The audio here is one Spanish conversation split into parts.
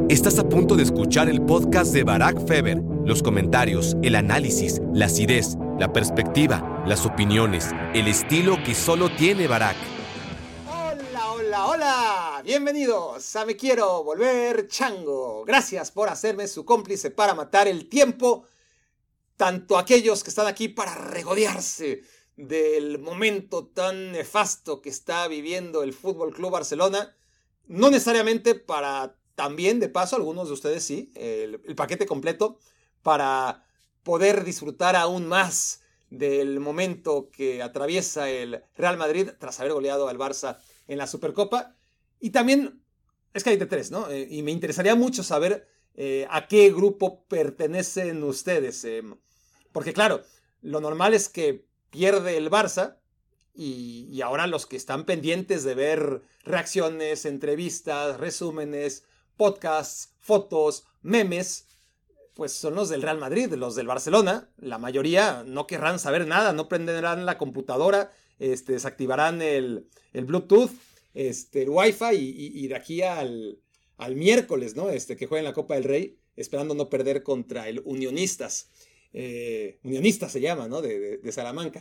Estás a punto de escuchar el podcast de Barack Feber. Los comentarios, el análisis, la acidez, la perspectiva, las opiniones, el estilo que solo tiene Barack. Hola, hola, hola. Bienvenidos a Me Quiero Volver Chango. Gracias por hacerme su cómplice para matar el tiempo. Tanto aquellos que están aquí para regodearse del momento tan nefasto que está viviendo el Fútbol Club Barcelona. No necesariamente para... También, de paso, algunos de ustedes sí, el paquete completo para poder disfrutar aún más del momento que atraviesa el Real Madrid tras haber goleado al Barça en la Supercopa. Y también, es que hay de tres, ¿no? Y me interesaría mucho saber a qué grupo pertenecen ustedes. Porque claro, lo normal es que pierde el Barça y ahora los que están pendientes de ver reacciones, entrevistas, resúmenes, podcasts, fotos, memes, pues son los del Real Madrid, los del Barcelona. La mayoría no querrán saber nada, no prenderán la computadora, desactivarán el Bluetooth, el Wi-Fi y de aquí al miércoles, ¿no? Que jueguen la Copa del Rey, esperando no perder contra el Unionistas. Unionistas se llama, ¿no? De Salamanca.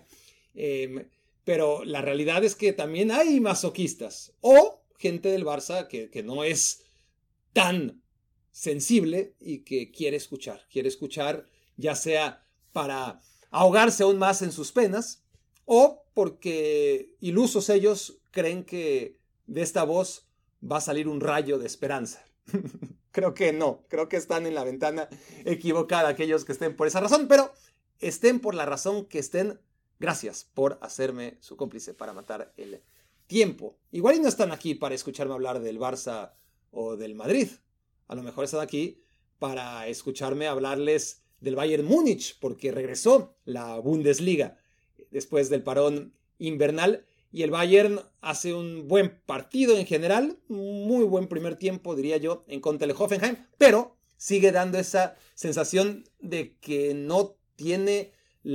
Pero la realidad es que también hay masoquistas o gente del Barça que no es tan sensible y que quiere escuchar ya sea para ahogarse aún más en sus penas o porque ilusos ellos creen que de esta voz va a salir un rayo de esperanza. Creo que no, creo que están en la ventana equivocada aquellos que estén por esa razón, pero estén por la razón que estén, gracias por hacerme su cómplice para matar el tiempo. Igual y no están aquí para escucharme hablar del Barça o del Madrid. A lo mejor están aquí para escucharme hablarles del Bayern Múnich, porque regresó la Bundesliga después del parón invernal y el Bayern hace un buen partido en general, muy buen primer tiempo, diría yo, en contra del Hoffenheim, pero sigue dando esa sensación de que no tiene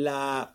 la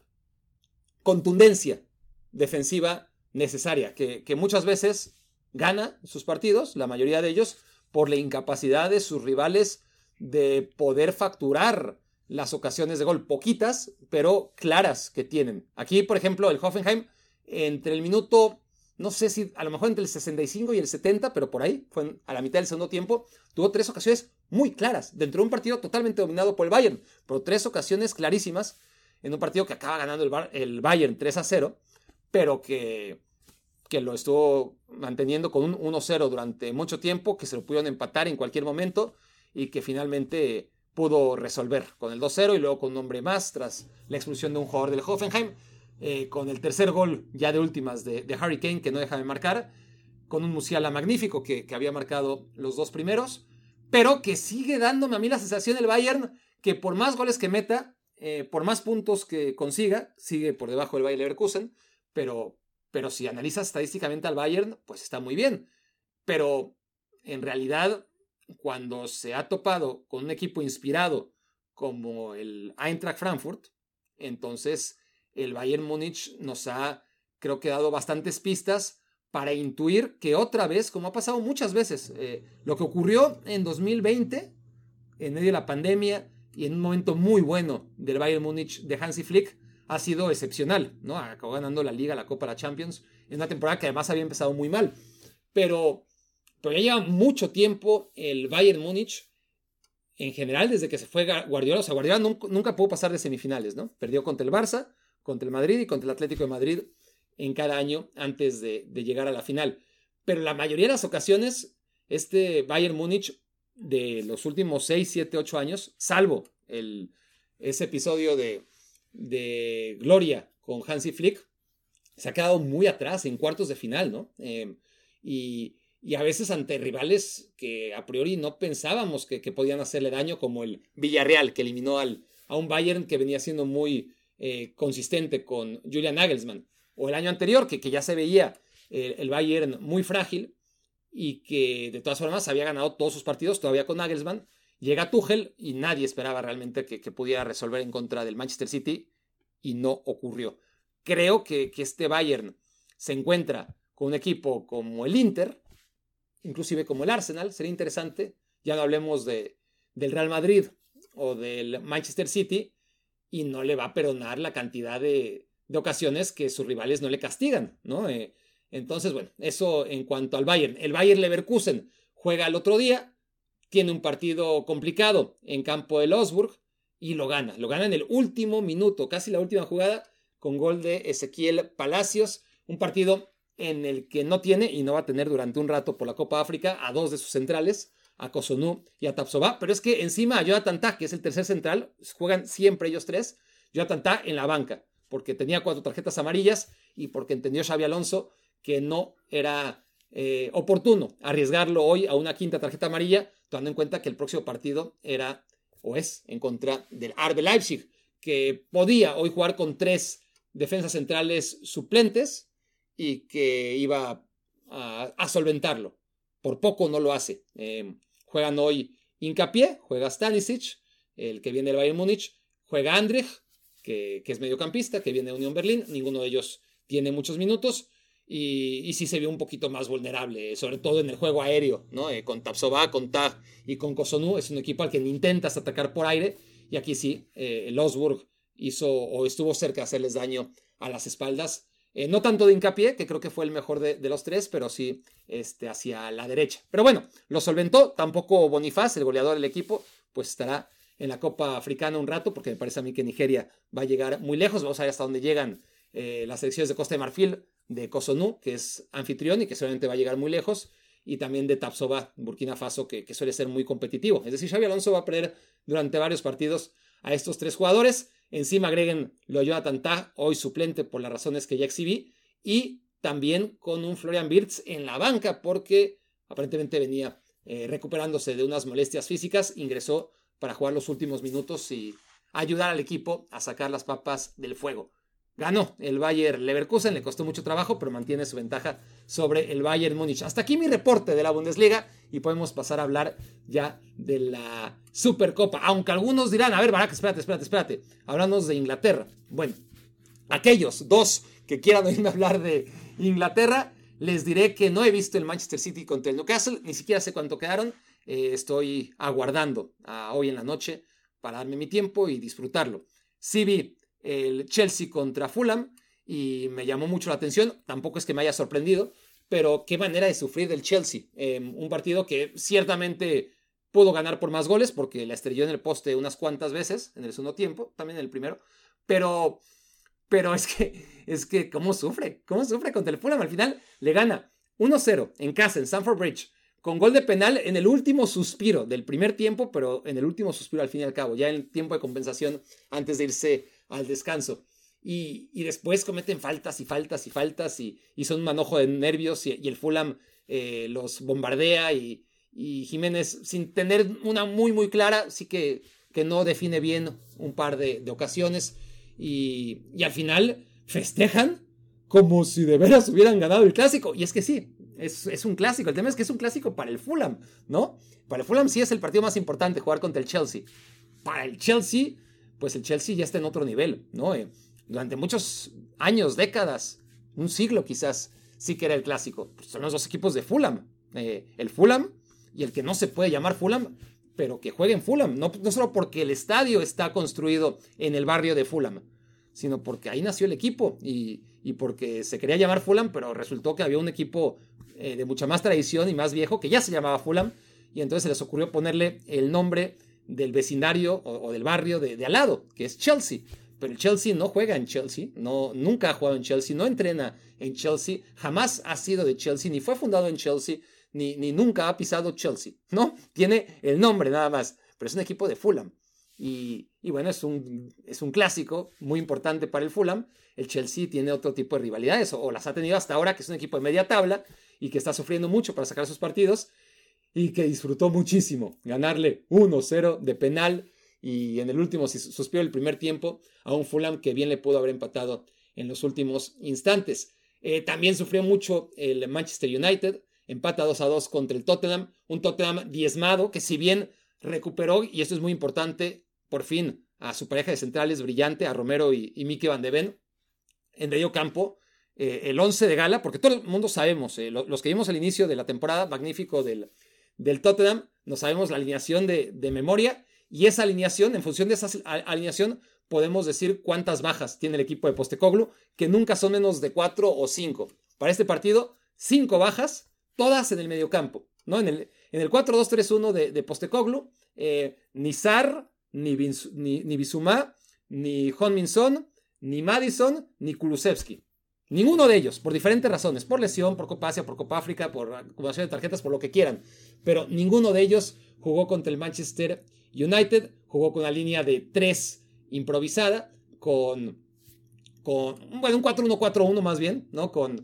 contundencia defensiva necesaria, que muchas veces gana sus partidos, la mayoría de ellos, por la incapacidad de sus rivales de poder facturar las ocasiones de gol. Poquitas, pero claras que tienen. Aquí, por ejemplo, el Hoffenheim, entre el minuto, no sé si a lo mejor entre el 65 y el 70, pero por ahí, fue a la mitad del segundo tiempo, tuvo 3 ocasiones muy claras, dentro de un partido totalmente dominado por el Bayern, pero 3 ocasiones clarísimas en un partido que acaba ganando el Bayern 3-0, pero que lo estuvo manteniendo con un 1-0 durante mucho tiempo, que se lo pudieron empatar en cualquier momento y que finalmente pudo resolver con el 2-0 y luego con un hombre más tras la expulsión de un jugador del Hoffenheim, con el tercer gol ya de últimas de Harry Kane, que no deja de marcar, con un Musiala magnífico que había marcado los 2 primeros, pero que sigue dándome a mí la sensación del Bayern que por más goles que meta, por más puntos que consiga, sigue por debajo del Bayer Leverkusen, pero si analizas estadísticamente al Bayern, pues está muy bien. Pero en realidad, cuando se ha topado con un equipo inspirado como el Eintracht Frankfurt, entonces el Bayern Múnich nos ha, creo que, dado bastantes pistas para intuir que otra vez, como ha pasado muchas veces, lo que ocurrió en 2020, en medio de la pandemia y en un momento muy bueno del Bayern Múnich de Hansi Flick, ha sido excepcional, ¿no? Acabó ganando la Liga, la Copa, la Champions, en una temporada que además había empezado muy mal. Pero ya lleva mucho tiempo el Bayern Múnich, en general, desde que se fue Guardiola. O sea, Guardiola nunca pudo pasar de semifinales, ¿no? Perdió contra el Barça, contra el Madrid y contra el Atlético de Madrid en cada año antes de llegar a la final. Pero la mayoría de las ocasiones, este Bayern Múnich de los últimos 6, 7, 8 años, salvo ese episodio de gloria con Hansi Flick, se ha quedado muy atrás en cuartos de final, ¿no? Y a veces ante rivales que a priori no pensábamos que podían hacerle daño, como el Villarreal, que eliminó a un Bayern que venía siendo muy consistente con Julian Nagelsmann, o el año anterior, que ya se veía el Bayern muy frágil y que de todas formas había ganado todos sus partidos todavía con Nagelsmann. Llega Tuchel y nadie esperaba realmente que pudiera resolver en contra del Manchester City y no ocurrió. Creo que este Bayern se encuentra con un equipo como el Inter, inclusive como el Arsenal, sería interesante, Ya no hablemos del Real Madrid o del Manchester City, y no le va a perdonar la cantidad de ocasiones que sus rivales no le castigan, ¿no? Entonces, bueno, eso en cuanto al Bayern. El Bayern Leverkusen juega el otro día, tiene un partido complicado en campo del Augsburg y lo gana en el último minuto, casi la última jugada, con gol de Ezequiel Palacios. Un partido en el que no tiene y no va a tener durante un rato por la Copa África a dos de sus centrales, a Cotonou y a Tapsoba, pero es que encima a Jonathan Tah, que es el tercer central, juegan siempre ellos tres, Jonathan Tah en la banca, porque tenía 4 tarjetas amarillas y porque entendió Xabi Alonso que no era oportuno arriesgarlo hoy a una 5ª tarjeta amarilla, tomando en cuenta que el próximo partido era o es en contra del RB Leipzig, que podía hoy jugar con 3 defensas centrales suplentes y que iba a solventarlo. Por poco no lo hace. Juegan hoy Hincapié, juega Stanisic, el que viene del Bayern Múnich, juega Andrich, que es mediocampista, que viene de Unión Berlín. Ninguno de ellos tiene muchos minutos y sí se vio un poquito más vulnerable, sobre todo en el juego aéreo, ¿no? Con Tapsoba, con Tah y con Cotonou. Es un equipo al que intentas atacar por aire, y aquí sí, el Augsburg estuvo cerca de hacerles daño a las espaldas. No tanto de Hincapié, que creo que fue el mejor de los 3, pero sí hacia la derecha. Pero bueno, lo solventó. Tampoco Bonifaz, el goleador del equipo, pues estará en la Copa Africana un rato, porque me parece a mí que Nigeria va a llegar muy lejos. Vamos a ver hasta dónde llegan las selecciones de Costa de Marfil, de Cotonou, que es anfitrión y que seguramente va a llegar muy lejos, y también de Tapsoba, Burkina Faso, que suele ser muy competitivo. Es decir, Xabi Alonso va a perder durante varios partidos a estos 3 jugadores. Encima agreguen lo de Jonathan Tah, hoy suplente por las razones que ya exhibí, y también con un Florian Wirtz en la banca, porque aparentemente venía recuperándose de unas molestias físicas, ingresó para jugar los últimos minutos y ayudar al equipo a sacar las papas del fuego. Ganó el Bayer Leverkusen, le costó mucho trabajo, pero mantiene su ventaja sobre el Bayern Múnich. Hasta aquí mi reporte de la Bundesliga, y podemos pasar a hablar ya de la Supercopa. Aunque algunos dirán, a ver, Barak, espérate, hablamos de Inglaterra. Bueno, aquellos 2 que quieran oírme hablar de Inglaterra, les diré que no he visto el Manchester City contra el Newcastle, ni siquiera sé cuánto quedaron. Estoy aguardando a hoy en la noche para darme mi tiempo y disfrutarlo. Sí vi el Chelsea contra Fulham y me llamó mucho la atención. Tampoco es que me haya sorprendido, pero qué manera de sufrir del Chelsea. Un partido que ciertamente pudo ganar por más goles, porque la estrelló en el poste unas cuantas veces en el segundo tiempo, también en el primero, pero es que ¿cómo sufre contra el Fulham? Al final le gana 1-0 en casa, en Stamford Bridge, con gol de penal en el último suspiro del primer tiempo, pero en el último suspiro al fin y al cabo, ya en el tiempo de compensación antes de irse al descanso. Y después cometen faltas y son un manojo de nervios, y el Fulham los bombardea, y Jiménez, sin tener una muy muy clara, sí que no define bien un par de ocasiones, y al final festejan como si de veras hubieran ganado el clásico. Y es que sí, es un clásico. El tema es que es un clásico para el Fulham, ¿no? Para el Fulham sí es el partido más importante, jugar contra el Chelsea. Para el Chelsea, pues el Chelsea ya está en otro nivel, ¿no? Durante muchos años, décadas, un siglo quizás, sí que era el clásico. Pues son los 2 equipos de Fulham. El Fulham y el que no se puede llamar Fulham, pero que juegue en Fulham. No solo porque el estadio está construido en el barrio de Fulham, sino porque ahí nació el equipo y porque se quería llamar Fulham, pero resultó que había un equipo de mucha más tradición y más viejo que ya se llamaba Fulham, y entonces se les ocurrió ponerle el nombre del vecindario o del barrio de al lado, que es Chelsea. Pero el Chelsea no juega en Chelsea, nunca ha jugado en Chelsea, no entrena en Chelsea, jamás ha sido de Chelsea, ni fue fundado en Chelsea, ni nunca ha pisado Chelsea, ¿no? Tiene el nombre nada más, pero es un equipo de Fulham. Y bueno, es un clásico muy importante para el Fulham. El Chelsea tiene otro tipo de rivalidades, o las ha tenido hasta ahora, que es un equipo de media tabla y que está sufriendo mucho para sacar sus partidos, y que disfrutó muchísimo ganarle 1-0 de penal, y en el último suspiro el primer tiempo a un Fulham que bien le pudo haber empatado en los últimos instantes. También sufrió mucho el Manchester United, empata 2-2 contra el Tottenham, un Tottenham diezmado que, si bien recuperó, y esto es muy importante, por fin a su pareja de centrales brillante, a Romero y Mikel Van de Ven, en medio campo, el 11 de gala, porque todo el mundo sabemos, los que vimos al inicio de la temporada, magnífico del del Tottenham, nos sabemos la alineación de memoria, y esa alineación, en función de esa alineación, podemos decir cuántas bajas tiene el equipo de Postecoglou, que nunca son menos de 4 o 5. Para este partido, 5 bajas, todas en el mediocampo, ¿no? En el 4-2-3-1 de Postecoglou, ni Sarr, ni Bissouma, ni Heung-min Son, ni Maddison, ni Kulusevski. Ninguno de ellos, por diferentes razones, por lesión, por Copa Asia, por Copa África, por acumulación de tarjetas, por lo que quieran. Pero ninguno de ellos jugó contra el Manchester United, jugó con una línea de 3 improvisada, con un 4-1-4-1 más bien, ¿no? Con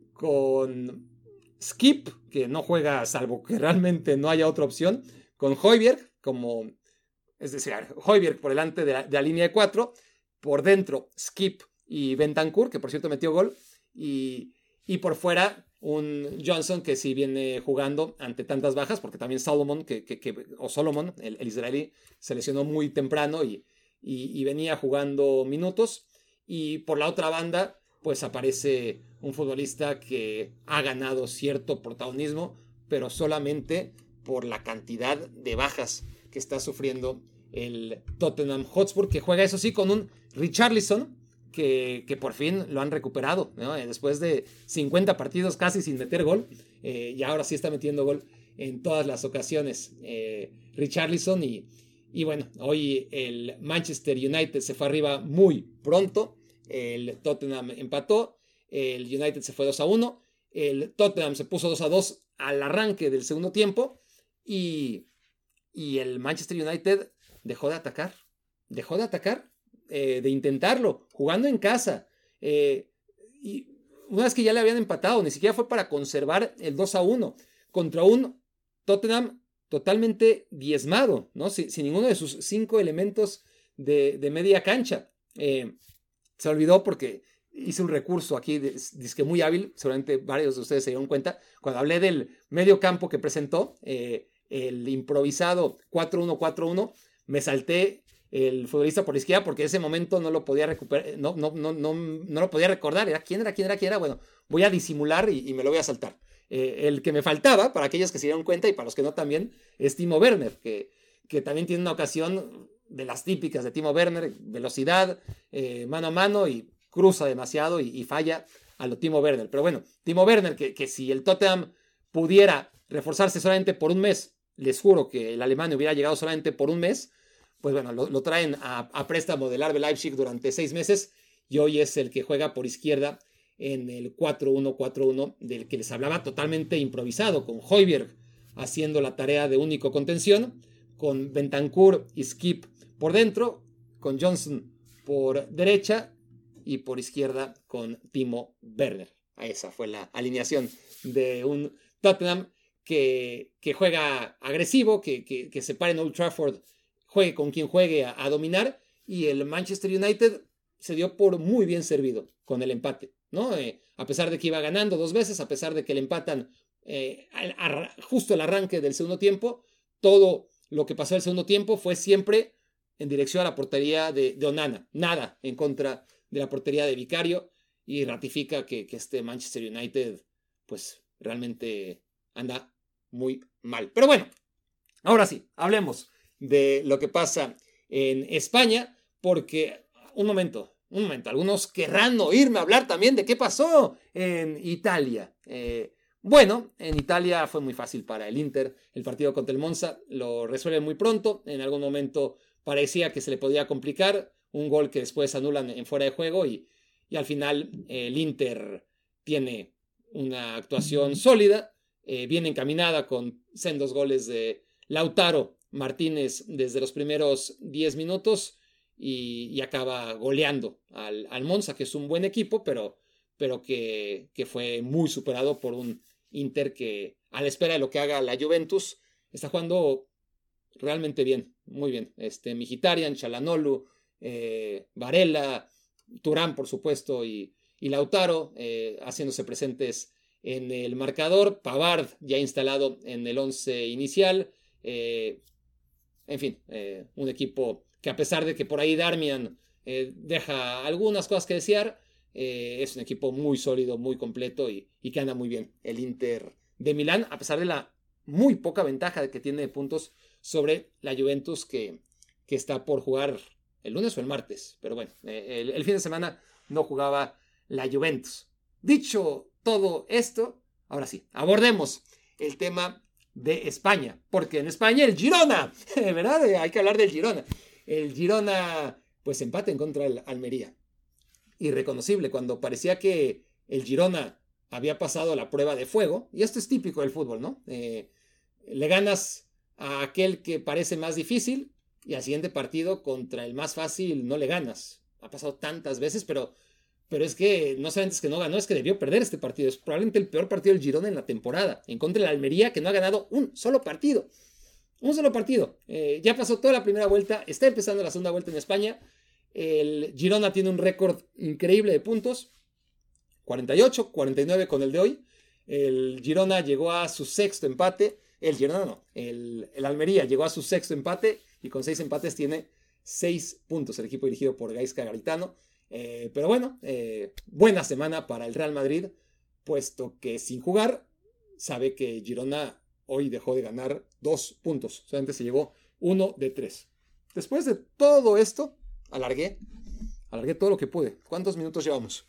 Skip, que no juega salvo que realmente no haya otra opción, con Højbjerg, es decir, Højbjerg por delante de la línea de 4, por dentro Skip y Bentancur, que por cierto metió gol, y por fuera un Johnson que sí viene jugando ante tantas bajas, porque también Solomon, el israelí, se lesionó muy temprano y venía jugando minutos. Y por la otra banda, pues aparece un futbolista que ha ganado cierto protagonismo, pero solamente por la cantidad de bajas que está sufriendo el Tottenham Hotspur, que juega eso sí con un Richarlison que por fin lo han recuperado, ¿no? Después de 50 partidos casi sin meter gol, y ahora sí está metiendo gol en todas las ocasiones Richarlison, y bueno, hoy el Manchester United se fue arriba muy pronto, el Tottenham empató, el United se fue 2-1, el Tottenham se puso 2-2 al arranque del segundo tiempo, y el Manchester United dejó de atacar, de intentarlo, jugando en casa, y una vez que ya le habían empatado, ni siquiera fue para conservar el 2-1 contra un Tottenham totalmente diezmado, ¿no? Sin ninguno de sus 5 elementos de media cancha. Se olvidó porque hice un recurso aquí, dizque muy hábil, seguramente varios de ustedes se dieron cuenta, cuando hablé del medio campo que presentó, el improvisado 4-1-4-1, me salté el futbolista por la izquierda porque en ese momento no lo podía recuperar, no lo podía recordar. ¿Quién era? Bueno, voy a disimular y me lo voy a saltar. El que me faltaba, para aquellos que se dieron cuenta y para los que no también, es Timo Werner, que también tiene una ocasión de las típicas de Timo Werner, velocidad, mano a mano, y cruza demasiado y falla a lo Timo Werner. Pero bueno, Timo Werner, que si el Tottenham pudiera reforzarse solamente por un mes, les juro que el alemán hubiera llegado solamente por un mes, pues bueno, lo traen a préstamo del RB Leipzig durante 6 meses, y hoy es el que juega por izquierda en el 4-1-4-1 del que les hablaba, totalmente improvisado, con Højbjerg haciendo la tarea de único contención, con Bentancur y Skip por dentro, con Johnson por derecha y por izquierda con Timo Werner. Esa fue la alineación de un Tottenham que juega agresivo, que se para en Old Trafford, juegue con quien juegue a dominar, y el Manchester United se dio por muy bien servido con el empate, ¿no? A pesar de que iba ganando 2 veces, a pesar de que le empatan justo al arranque del segundo tiempo, todo lo que pasó el segundo tiempo fue siempre en dirección a la portería de Onana, nada en contra de la portería de Vicario, y ratifica que este Manchester United pues realmente anda muy mal. Pero bueno, ahora sí, hablemos de lo que pasa en España, porque un momento, algunos querrán oírme hablar también de qué pasó en Italia. Bueno, en Italia fue muy fácil para el Inter, el partido contra el Monza lo resuelve muy pronto, en algún momento parecía que se le podía complicar, un gol que después anulan en fuera de juego, y al final el Inter tiene una actuación sólida, bien encaminada, con sendos goles de Lautaro Martínez desde los primeros 10 minutos, y acaba goleando al Monza, que es un buen equipo, pero que fue muy superado por un Inter que, a la espera de lo que haga la Juventus, está jugando realmente bien, muy bien. Mkhitaryan, Çalhanoğlu, Varela, Thuram, por supuesto, y Lautaro haciéndose presentes en el marcador. Pavard ya instalado en el 11 inicial. En fin, un equipo que, a pesar de que por ahí Darmian deja algunas cosas que desear, es un equipo muy sólido, muy completo, y que anda muy bien el Inter de Milán, a pesar de la muy poca ventaja que tiene de puntos sobre la Juventus que está por jugar el lunes o el martes. Pero bueno, el fin de semana no jugaba la Juventus. Dicho todo esto, ahora sí, abordemos el tema de España, porque en España el Girona, ¿verdad? Hay que hablar del Girona. El Girona, pues empate en contra del Almería. Irreconocible, cuando parecía que el Girona había pasado la prueba de fuego, y esto es típico del fútbol, ¿no? Le ganas a aquel que parece más difícil, y al siguiente partido contra el más fácil no le ganas. Ha pasado tantas veces, pero es que no solamente es que no ganó, es que debió perder este partido. Es probablemente el peor partido del Girona en la temporada, en contra de la Almería, que no ha ganado un solo partido. Un solo partido. Ya pasó toda la primera vuelta, está empezando la segunda vuelta en España. El Girona tiene un récord increíble de puntos, 48, 49 con el de hoy. El Girona llegó a su sexto empate. El Almería llegó a su sexto empate y con 6 empates tiene 6 puntos el equipo dirigido por Gaizka Garitano. Pero bueno, buena semana para el Real Madrid, puesto que sin jugar sabe que Girona hoy dejó de ganar 2 puntos, solamente se llevó 1 de 3. Después de todo esto, alargué todo lo que pude. ¿Cuántos minutos llevamos?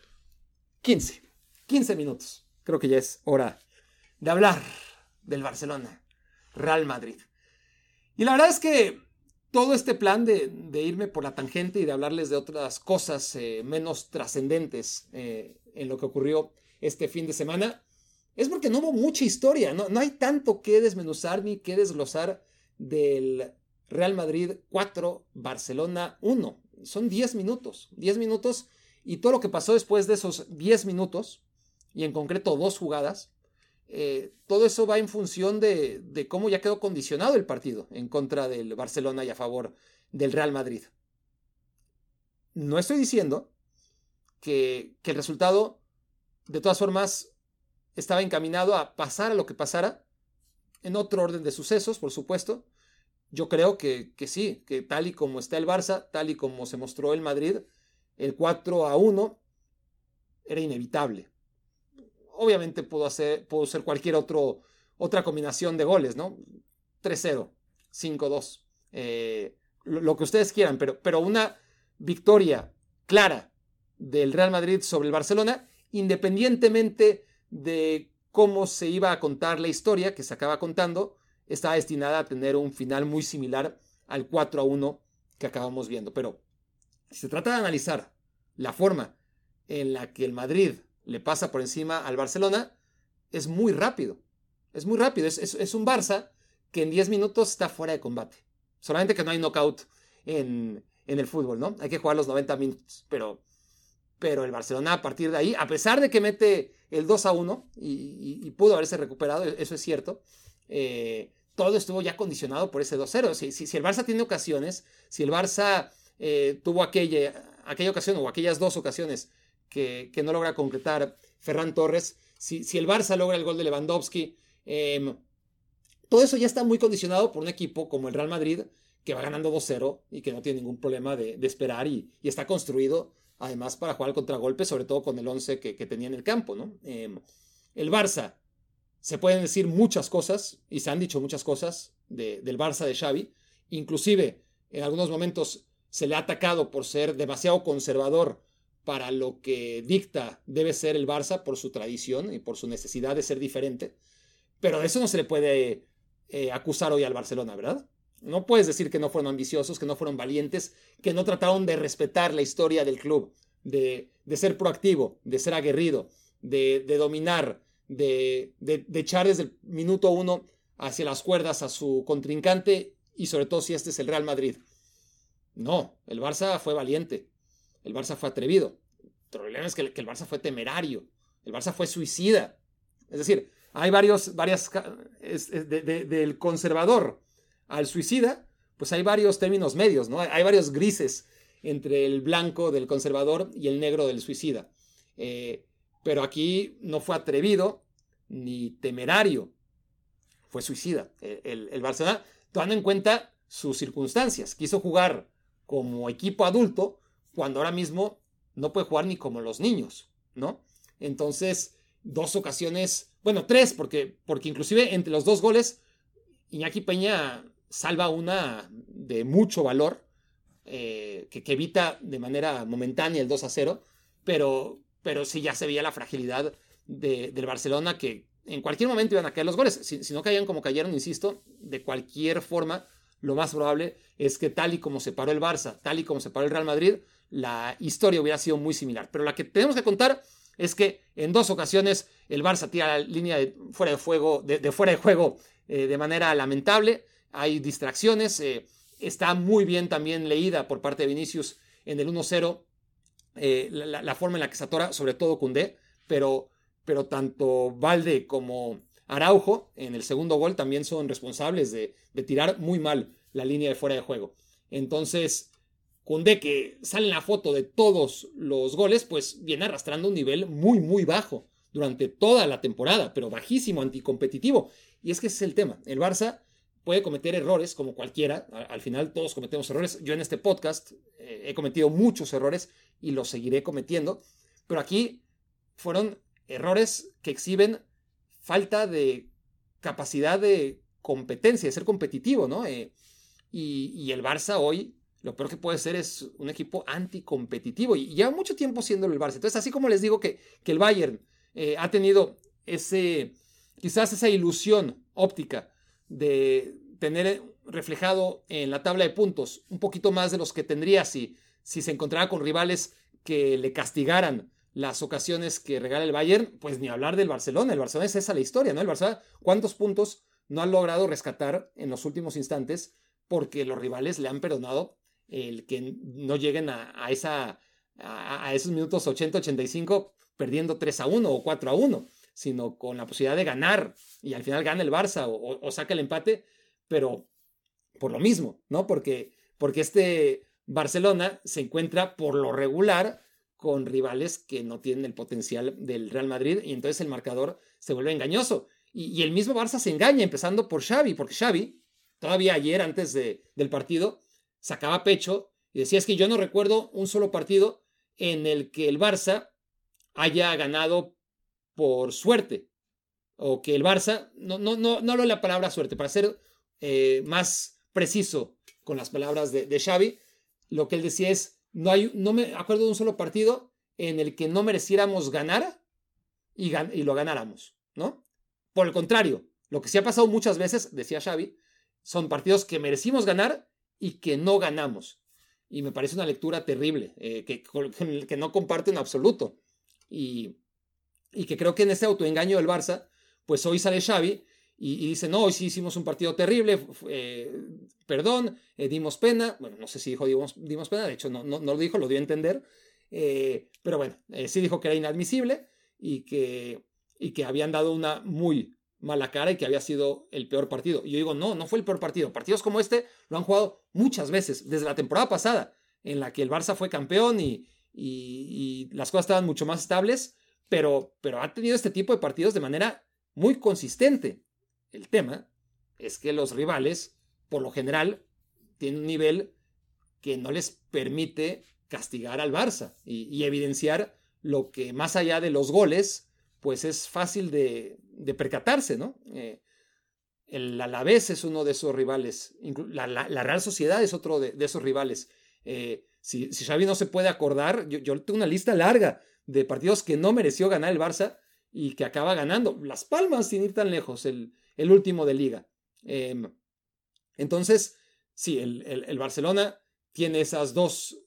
15 minutos. Creo que ya es hora de hablar del Barcelona, Real Madrid. Y la verdad es que todo este plan de irme por la tangente y de hablarles de otras cosas menos trascendentes en lo que ocurrió este fin de semana es porque no hubo mucha historia, no hay tanto que desmenuzar ni que desglosar del Real Madrid 4, Barcelona 1. Son 10 minutos y todo lo que pasó después de esos 10 minutos, y en concreto 2 jugadas, todo eso va en función de cómo ya quedó condicionado el partido en contra del Barcelona y a favor del Real Madrid. No estoy diciendo que el resultado, de todas formas, estaba encaminado a pasar a lo que pasara, en otro orden de sucesos, por supuesto. Yo creo que sí, que tal y como está el Barça, tal y como se mostró el Madrid, el 4-1 era inevitable. Obviamente pudo ser cualquier otra combinación de goles, ¿no? 3-0, 5-2, lo que ustedes quieran, pero una victoria clara del Real Madrid sobre el Barcelona, independientemente de cómo se iba a contar la historia que se acaba contando, estaba destinada a tener un final muy similar al 4-1 que acabamos viendo. Pero si se trata de analizar la forma en la que el Madrid le pasa por encima al Barcelona, es muy rápido. Es un Barça que en 10 minutos está fuera de combate. Solamente que no hay knockout en el fútbol, ¿no? Hay que jugar los 90 minutos. Pero el Barcelona a partir de ahí, a pesar de que mete el 2-1 y pudo haberse recuperado, eso es cierto, todo estuvo ya condicionado por ese 2-0. Si el Barça tiene ocasiones, si el Barça tuvo aquella ocasión o aquellas 2 ocasiones que no logra concretar Ferran Torres, si el Barça logra el gol de Lewandowski, todo eso ya está muy condicionado por un equipo como el Real Madrid, que va ganando 2-0 y que no tiene ningún problema de esperar y está construido además para jugar al contragolpe, sobre todo con el 11 que tenía en el campo, ¿no? El Barça, se pueden decir muchas cosas y se han dicho muchas cosas del Barça de Xavi, inclusive en algunos momentos se le ha atacado por ser demasiado conservador para lo que dicta debe ser el Barça por su tradición y por su necesidad de ser diferente, pero de eso no se le puede acusar hoy al Barcelona, ¿verdad? No puedes decir que no fueron ambiciosos, que no fueron valientes, que no trataron de respetar la historia del club, de ser proactivo, de ser aguerrido, de dominar, de echar desde el minuto 1 hacia las cuerdas a su contrincante y sobre todo si este es el Real Madrid. No, el Barça fue valiente, el Barça fue atrevido. El problema es que el Barça fue temerario, el Barça fue suicida. Es decir, hay varias del conservador al suicida, pues hay varios términos medios, ¿no? Hay varios grises entre el blanco del conservador y el negro del suicida. Pero aquí no fue atrevido ni temerario, fue suicida. El Barcelona, tomando en cuenta sus circunstancias, quiso jugar como equipo adulto cuando ahora mismo no puede jugar ni como los niños, ¿no? Entonces, 2 ocasiones Bueno, 3, porque inclusive entre los 2 goles, Iñaki Peña salva una de mucho valor, que evita de manera momentánea el 2-0, pero sí ya se veía la fragilidad del Barcelona, que en cualquier momento iban a caer los goles. Si no caían como cayeron, insisto, de cualquier forma, lo más probable es que tal y como se paró el Barça, tal y como se paró el Real Madrid, la historia hubiera sido muy similar. Pero la que tenemos que contar es que en 2 ocasiones el Barça tira la línea de fuera de juego, de manera lamentable. Hay distracciones. Está muy bien también leída por parte de Vinicius en el 1-0 la forma en la que se atora, sobre todo Koundé, pero tanto Valde como Araujo en el segundo gol también son responsables de tirar muy mal la línea de fuera de juego. Entonces, Koundé, que sale en la foto de todos los goles, pues viene arrastrando un nivel muy, muy bajo durante toda la temporada, pero bajísimo, anticompetitivo. Y es que ese es el tema. El Barça puede cometer errores como cualquiera. Al final todos cometemos errores. Yo en este podcast he cometido muchos errores y los seguiré cometiendo. Pero aquí fueron errores que exhiben falta de capacidad de competencia, de ser competitivo, ¿no? Y el Barça hoy, lo peor que puede ser es un equipo anticompetitivo. Y lleva mucho tiempo siendo el Barça. Entonces, así como les digo que el Bayern ha tenido quizás esa ilusión óptica de tener reflejado en la tabla de puntos un poquito más de los que tendría si se encontrara con rivales que le castigaran las ocasiones que regala el Bayern, pues ni hablar del Barcelona. El Barcelona es esa la historia, ¿no? El Barcelona, ¿cuántos puntos no han logrado rescatar en los últimos instantes porque los rivales le han perdonado el que no lleguen a esos minutos 80-85 perdiendo 3-1 o 4-1, sino con la posibilidad de ganar y al final gana el Barça o saca el empate, pero por lo mismo, ¿no? Porque este Barcelona se encuentra por lo regular con rivales que no tienen el potencial del Real Madrid y entonces el marcador se vuelve engañoso. Y el mismo Barça se engaña, empezando por Xavi, porque Xavi, todavía ayer antes del partido, sacaba pecho y decía, es que yo no recuerdo un solo partido en el que el Barça haya ganado por suerte, o que el Barça, no hablo de la palabra suerte, para ser más preciso con las palabras de Xavi, lo que él decía es, no me acuerdo de un solo partido en el que no mereciéramos ganar y lo ganáramos, ¿no? Por el contrario, lo que sí ha pasado muchas veces, decía Xavi, son partidos que merecimos ganar y que no ganamos. Y me parece una lectura terrible, que no comparto en absoluto. Y que creo que en ese autoengaño del Barça, pues hoy sale Xavi y dice, no, hoy sí hicimos un partido terrible, perdón, dimos pena. Bueno, no sé si dijo dimos pena, de hecho no lo dijo, lo dio a entender. Pero bueno, sí dijo que era inadmisible y que habían dado una muy mala cara y que había sido el peor partido. Y yo digo, no fue el peor partido. Partidos como este lo han jugado muchas veces, desde la temporada pasada, en la que el Barça fue campeón y las cosas estaban mucho más estables, pero ha tenido este tipo de partidos de manera muy consistente. El tema es que los rivales, por lo general, tienen un nivel que no les permite castigar al Barça y evidenciar lo que más allá de los goles, pues es fácil de percatarse, ¿no? El Alavés es uno de esos rivales, la Real Sociedad es otro de esos rivales. Si Xavi no se puede acordar, yo tengo una lista larga de partidos que no mereció ganar el Barça y que acaba ganando. Las Palmas, sin ir tan lejos, el último de Liga. Entonces, sí, el Barcelona tiene esas dos,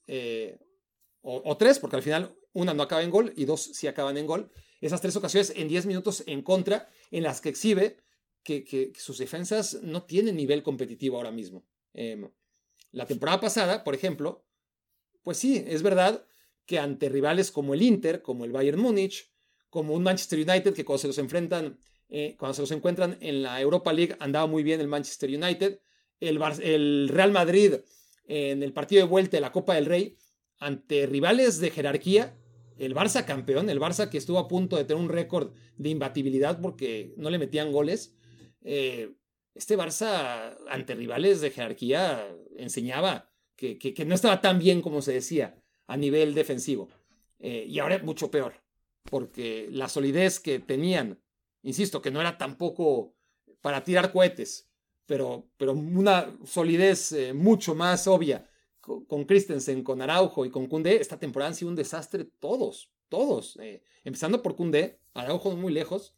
o tres, porque al final una no acaba en gol y dos sí acaban en gol. Esas 3 ocasiones en 10 minutos en contra, en las que exhibe que sus defensas no tienen nivel competitivo ahora mismo. La temporada pasada, por ejemplo, pues sí, es verdad que ante rivales como el Inter, como el Bayern Múnich, como un Manchester United, que cuando se los encuentran en la Europa League andaba muy bien el Manchester United, el Real Madrid en el partido de vuelta de la Copa del Rey, ante rivales de jerarquía, el Barça campeón, el Barça que estuvo a punto de tener un récord de imbatibilidad porque no le metían goles, este Barça ante rivales de jerarquía enseñaba que no estaba tan bien como se decía a nivel defensivo. Y ahora es mucho peor, porque la solidez que tenían Insisto, que no era tampoco para tirar cohetes, pero una solidez mucho más obvia con Christensen, con Araujo y con Koundé. Esta temporada han sido un desastre todos. Empezando por Koundé, Araujo muy lejos,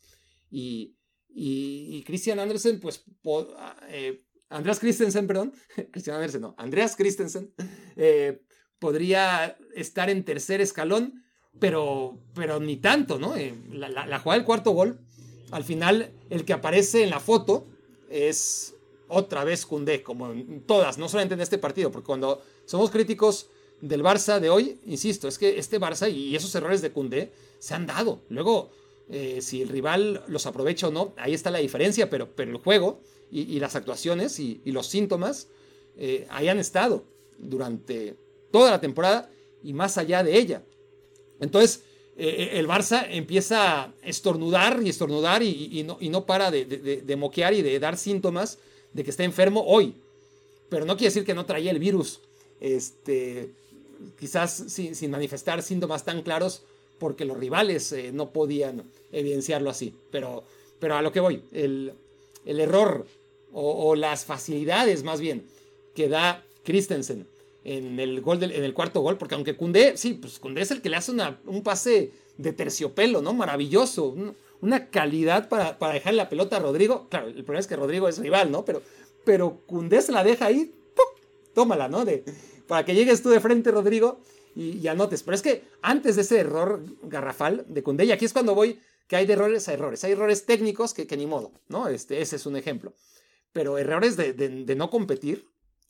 y Christian Andersen, pues Andreas Christensen, perdón, Christian Andersen no, Andreas Christensen podría estar en tercer escalón, pero ni tanto, ¿no? La jugada del cuarto gol, al final el que aparece en la foto es otra vez Koundé, como en todas, no solamente en este partido, porque cuando somos críticos del Barça de hoy, insisto, es que este Barça y esos errores de Koundé se han dado. Luego, si el rival los aprovecha o no, ahí está la diferencia, pero el juego y las actuaciones y los síntomas ahí han estado durante toda la temporada y más allá de ella. Entonces, el Barça empieza a estornudar y no para de moquear y de dar síntomas de que está enfermo hoy. Pero no quiere decir que no traía el virus, quizás sin manifestar síntomas tan claros, porque los rivales no podían evidenciarlo así. Pero a lo que voy, el error o las facilidades más bien que da Christensen en el cuarto gol, porque aunque Koundé, sí, pues Koundé es el que le hace un pase de terciopelo, ¿no? Maravilloso, una calidad para dejar la pelota a Rodrigo. Claro, el problema es que Rodrigo es rival, ¿no? Pero Koundé se la deja ahí, ¡pum! Tómala, ¿no? Para que llegues tú de frente, Rodrigo, y anotes. Pero es que antes de ese error garrafal de Koundé, y aquí es cuando voy, que hay de errores a errores. Hay errores técnicos que ni modo, ¿no? Ese es un ejemplo. Pero errores de no competir,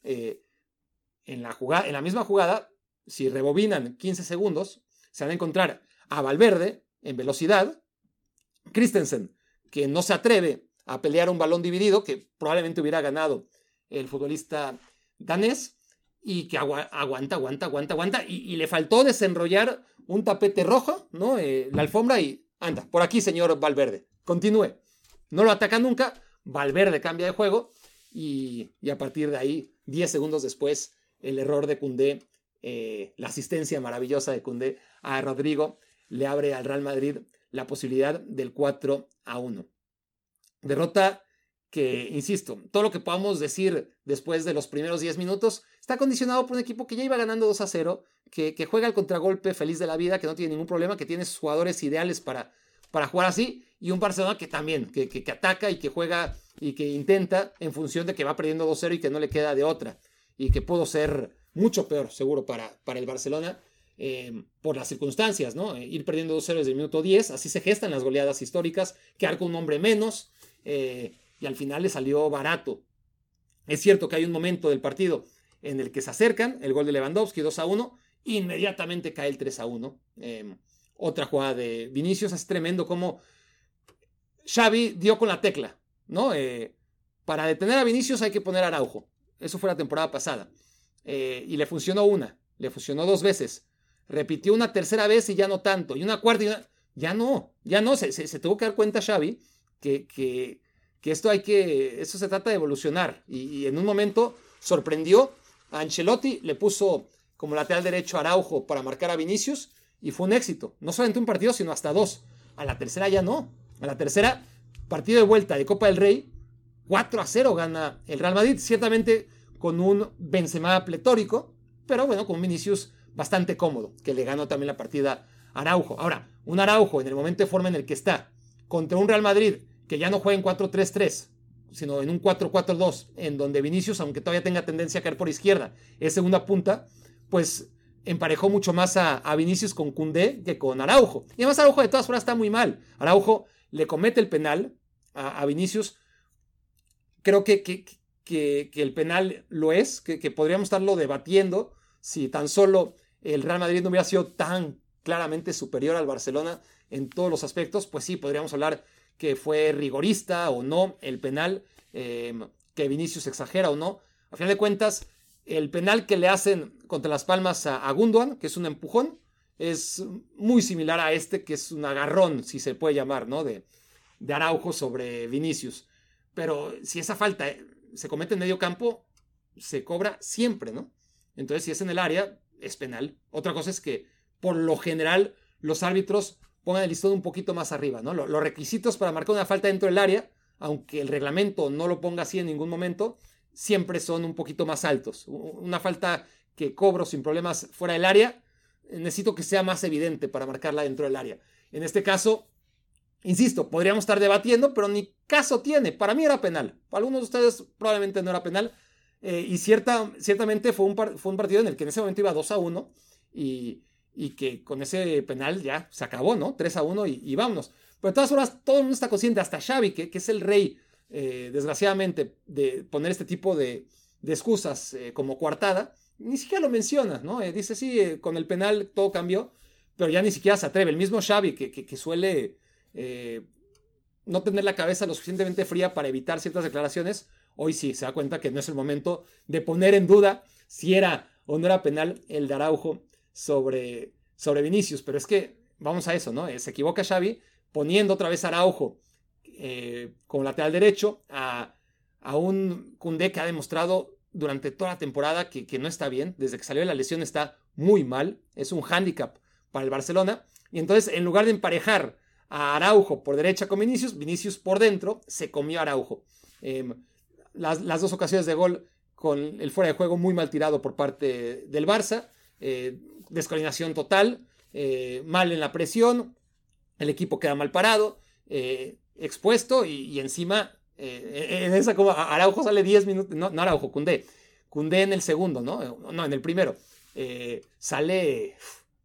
en la misma jugada, si rebobinan 15 segundos, se van a encontrar a Valverde en velocidad, Christensen, que no se atreve a pelear un balón dividido, que probablemente hubiera ganado el futbolista danés, y que aguanta, y le faltó desenrollar un tapete rojo, ¿no? La alfombra, y anda, por aquí, señor Valverde, continúe. No lo ataca nunca, Valverde cambia de juego, y a partir de ahí, 10 segundos después, el error de Koundé, la asistencia maravillosa de Koundé a Rodrigo, le abre al Real Madrid la posibilidad del 4-1. Derrota que, insisto, todo lo que podamos decir después de los primeros 10 minutos está condicionado por un equipo que ya iba ganando 2-0, que juega al contragolpe feliz de la vida, que no tiene ningún problema, que tiene sus jugadores ideales para jugar así, y un Barcelona que también, que ataca y que juega y que intenta en función de que va perdiendo 2-0 y que no le queda de otra, y que pudo ser mucho peor, seguro, para el Barcelona, por las circunstancias, ¿no? Ir perdiendo 2-0 desde el minuto 10, así se gestan las goleadas históricas, quedar con un hombre menos, y al final le salió barato. Es cierto que hay un momento del partido en el que se acercan, el gol de Lewandowski, 2-1, inmediatamente cae el 3-1. Otra jugada de Vinicius, es tremendo como Xavi dio con la tecla, ¿no? Para detener a Vinicius hay que poner a Araujo. Eso fue la temporada pasada. Y le funcionó le funcionó 2 veces. Repitió una tercera vez y ya no tanto. Y una cuarta ya no. Se tuvo que dar cuenta Xavi que esto se trata de evolucionar. Y en un momento sorprendió a Ancelotti, le puso como lateral derecho a Araujo para marcar a Vinicius y fue un éxito. No solamente un partido, sino hasta 2. A la tercera ya no. A la tercera, partido de vuelta de Copa del Rey, 4-0 gana el Real Madrid, ciertamente con un Benzema pletórico, pero bueno, con un Vinicius bastante cómodo, que le ganó también la partida a Araujo. Ahora, un Araujo en el momento de forma en el que está, contra un Real Madrid que ya no juega en 4-3-3, sino en un 4-4-2, en donde Vinicius, aunque todavía tenga tendencia a caer por izquierda, es segunda punta, pues emparejó mucho más a Vinicius con Koundé que con Araujo. Y además Araujo de todas formas está muy mal. Araujo le comete el penal a Vinicius. Creo que el penal lo es, que podríamos estarlo debatiendo si tan solo el Real Madrid no hubiera sido tan claramente superior al Barcelona en todos los aspectos. Pues sí, podríamos hablar que fue rigorista o no el penal, que Vinicius exagera o no. A final de cuentas, el penal que le hacen contra Las Palmas a Gundogan, que es un empujón, es muy similar a este, que es un agarrón, si se puede llamar, ¿no? De Araujo sobre Vinicius. Pero si esa falta se comete en medio campo, se cobra siempre, ¿no? Entonces, si es en el área, es penal. Otra cosa es que, por lo general, los árbitros pongan el listón un poquito más arriba, ¿no? Los requisitos para marcar una falta dentro del área, aunque el reglamento no lo ponga así en ningún momento, siempre son un poquito más altos. Una falta que cobro sin problemas fuera del área, necesito que sea más evidente para marcarla dentro del área. En este caso, insisto, podríamos estar debatiendo, pero ni caso tiene. Para mí era penal. Para algunos de ustedes probablemente no era penal. Y ciertamente fue un partido en el que en ese momento iba 2-1 y que con ese penal ya se acabó, ¿no? 3-1 y vámonos. Pero de todas formas, todo el mundo está consciente, hasta Xavi, que es el rey, desgraciadamente, de poner este tipo de excusas como coartada, ni siquiera lo menciona, ¿no? Dice, sí, con el penal todo cambió, pero ya ni siquiera se atreve. El mismo Xavi, que suele no tener la cabeza lo suficientemente fría para evitar ciertas declaraciones, hoy sí se da cuenta que no es el momento de poner en duda si era o no era penal el de Araujo sobre Vinicius. Pero es que vamos a eso, ¿no? Se equivoca Xavi poniendo otra vez a Araujo como lateral derecho a un Koundé que ha demostrado durante toda la temporada que no está bien. Desde que salió de la lesión está muy mal. Es un hándicap para el Barcelona. Y entonces, en lugar de emparejar a Araujo por derecha con Vinicius por dentro, se comió a Araujo. Las dos ocasiones de gol con el fuera de juego muy mal tirado por parte del Barça. Descoordinación total. Mal en la presión. El equipo queda mal parado. Expuesto y encima en esa como Araujo sale 10 minutos, no Araujo, Koundé en el segundo, no en el primero, sale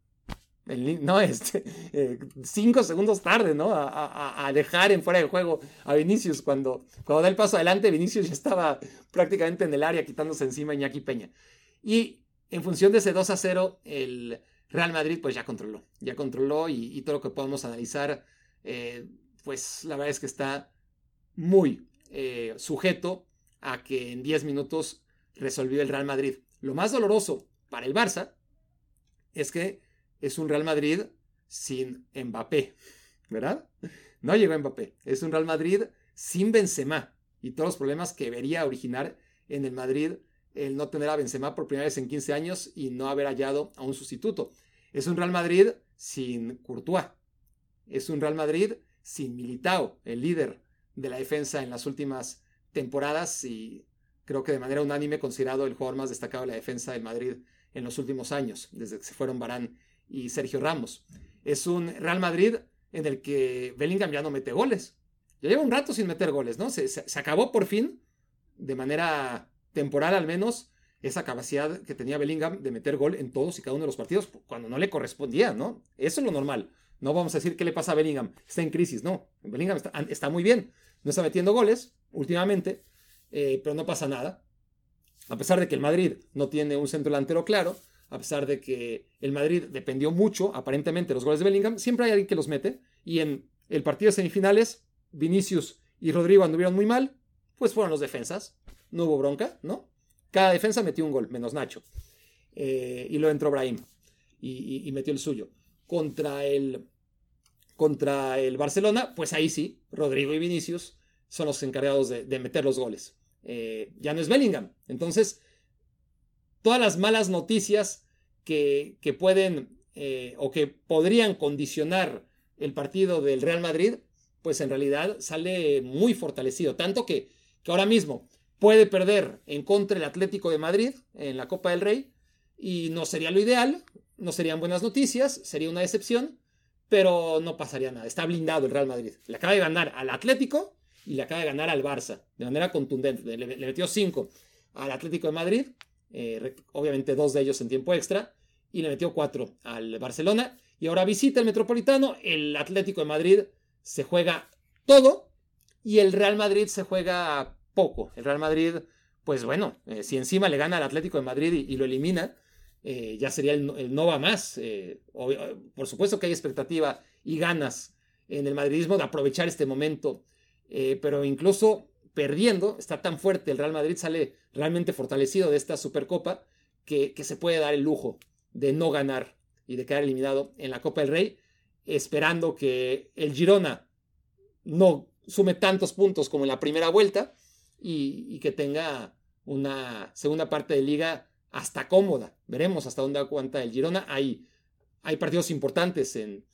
5 segundos tarde, ¿no? A dejar en fuera de juego a Vinicius cuando da el paso adelante. Vinicius ya estaba prácticamente en el área quitándose encima a Iñaki Peña, y en función de ese 2-0 el Real Madrid pues ya controló y todo lo que podemos analizar, pues la verdad es que está muy sujeto a que en 10 minutos resolvió el Real Madrid. Lo más doloroso para el Barça es que es un Real Madrid sin Mbappé, ¿verdad? No llegó Mbappé. Es un Real Madrid sin Benzema y todos los problemas que debería originar en el Madrid el no tener a Benzema por primera vez en 15 años y no haber hallado a un sustituto. Es un Real Madrid sin Courtois. Es un Real Madrid sin Militao, el líder de la defensa en las últimas temporadas y creo que de manera unánime considerado el jugador más destacado de la defensa del Madrid en los últimos años, desde que se fueron Varane y Sergio Ramos. Es un Real Madrid en el que Bellingham ya no mete goles. Ya lleva un rato sin meter goles, ¿no? Se acabó por fin, de manera temporal al menos, esa capacidad que tenía Bellingham de meter gol en todos y cada uno de los partidos cuando no le correspondía, ¿no? Eso es lo normal. No vamos a decir qué le pasa a Bellingham, está en crisis, no. Bellingham está muy bien, no está metiendo goles últimamente, pero no pasa nada. A pesar de que el Madrid no tiene un centro delantero claro, a pesar de que el Madrid dependió mucho, aparentemente, de los goles de Bellingham, siempre hay alguien que los mete. Y en el partido de semifinales, Vinicius y Rodrigo anduvieron muy mal, pues fueron los defensas. No hubo bronca, ¿no? Cada defensa metió un gol, menos Nacho. Y luego entró Brahim y metió el suyo. Contra el Barcelona, pues ahí sí, Rodrigo y Vinicius son los encargados de meter los goles. Ya no es Bellingham. Entonces, todas las malas noticias que pueden o que podrían condicionar el partido del Real Madrid, pues en realidad sale muy fortalecido. Tanto que ahora mismo puede perder en contra del Atlético de Madrid en la Copa del Rey y no sería lo ideal, no serían buenas noticias, sería una decepción, pero no pasaría nada. Está blindado el Real Madrid. Le acaba de ganar al Atlético y le acaba de ganar al Barça de manera contundente. Le metió 5 al Atlético de Madrid, obviamente 2 de ellos en tiempo extra, y le metió 4 al Barcelona. Y ahora visita el Metropolitano. El Atlético de Madrid se juega todo y el Real Madrid se juega poco. El Real Madrid, pues bueno, si encima le gana al Atlético de Madrid y lo elimina, ya sería el no va más. Por supuesto que hay expectativa y ganas en el madridismo de aprovechar este momento, pero incluso perdiendo, está tan fuerte el Real Madrid, sale realmente fortalecido de esta Supercopa que se puede dar el lujo de no ganar y de quedar eliminado en la Copa del Rey, esperando que el Girona no sume tantos puntos como en la primera vuelta y que tenga una segunda parte de liga hasta cómoda. Veremos hasta dónde aguanta el Girona. Hay partidos importantes en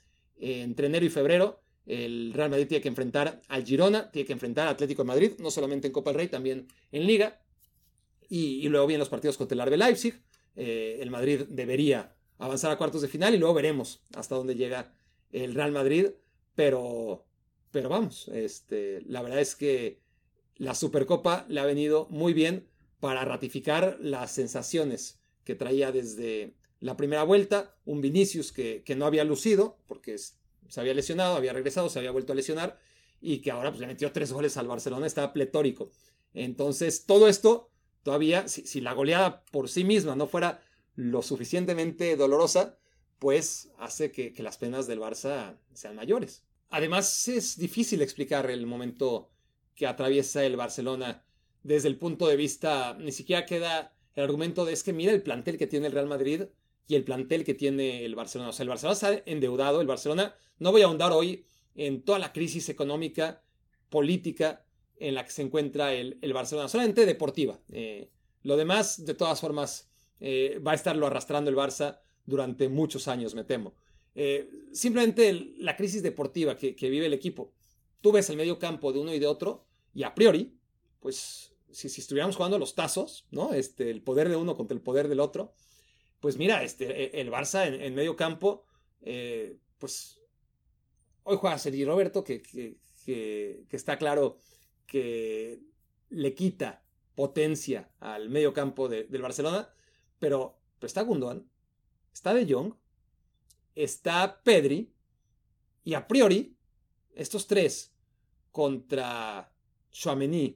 entre enero y febrero el Real Madrid tiene que enfrentar al Girona, tiene que enfrentar al Atlético de Madrid, no solamente en Copa del Rey, también en Liga. Y luego vienen los partidos contra el RB Leipzig. El Madrid debería avanzar a cuartos de final y luego veremos hasta dónde llega el Real Madrid. Pero vamos, la verdad es que la Supercopa le ha venido muy bien para ratificar las sensaciones que traía desde la primera vuelta. Un Vinicius que no había lucido porque se había lesionado, había regresado, se había vuelto a lesionar y que ahora pues, le metió 3 goles al Barcelona, estaba pletórico. Entonces todo esto todavía, si la goleada por sí misma no fuera lo suficientemente dolorosa, pues hace que las penas del Barça sean mayores. Además, es difícil explicar el momento que atraviesa el Barcelona desde el punto de vista, ni siquiera queda el argumento de es que mira el plantel que tiene el Real Madrid y el plantel que tiene el Barcelona. O sea, el Barcelona está endeudado, el Barcelona, no voy a ahondar hoy en toda la crisis económica, política, en la que se encuentra el Barcelona, solamente deportiva. Lo demás, de todas formas, va a estarlo arrastrando el Barça durante muchos años, me temo. Simplemente la crisis deportiva que vive el equipo. Tú ves el medio campo de uno y de otro, y a priori, pues, si estuviéramos jugando los tazos, ¿no? El poder de uno contra el poder del otro, pues mira, el Barça en medio campo, pues, hoy juega Sergi Roberto, que está claro que le quita potencia al medio campo del Barcelona, pero está Gundogan, está De Jong, está Pedri, y a priori, estos tres contra Tchouaméni,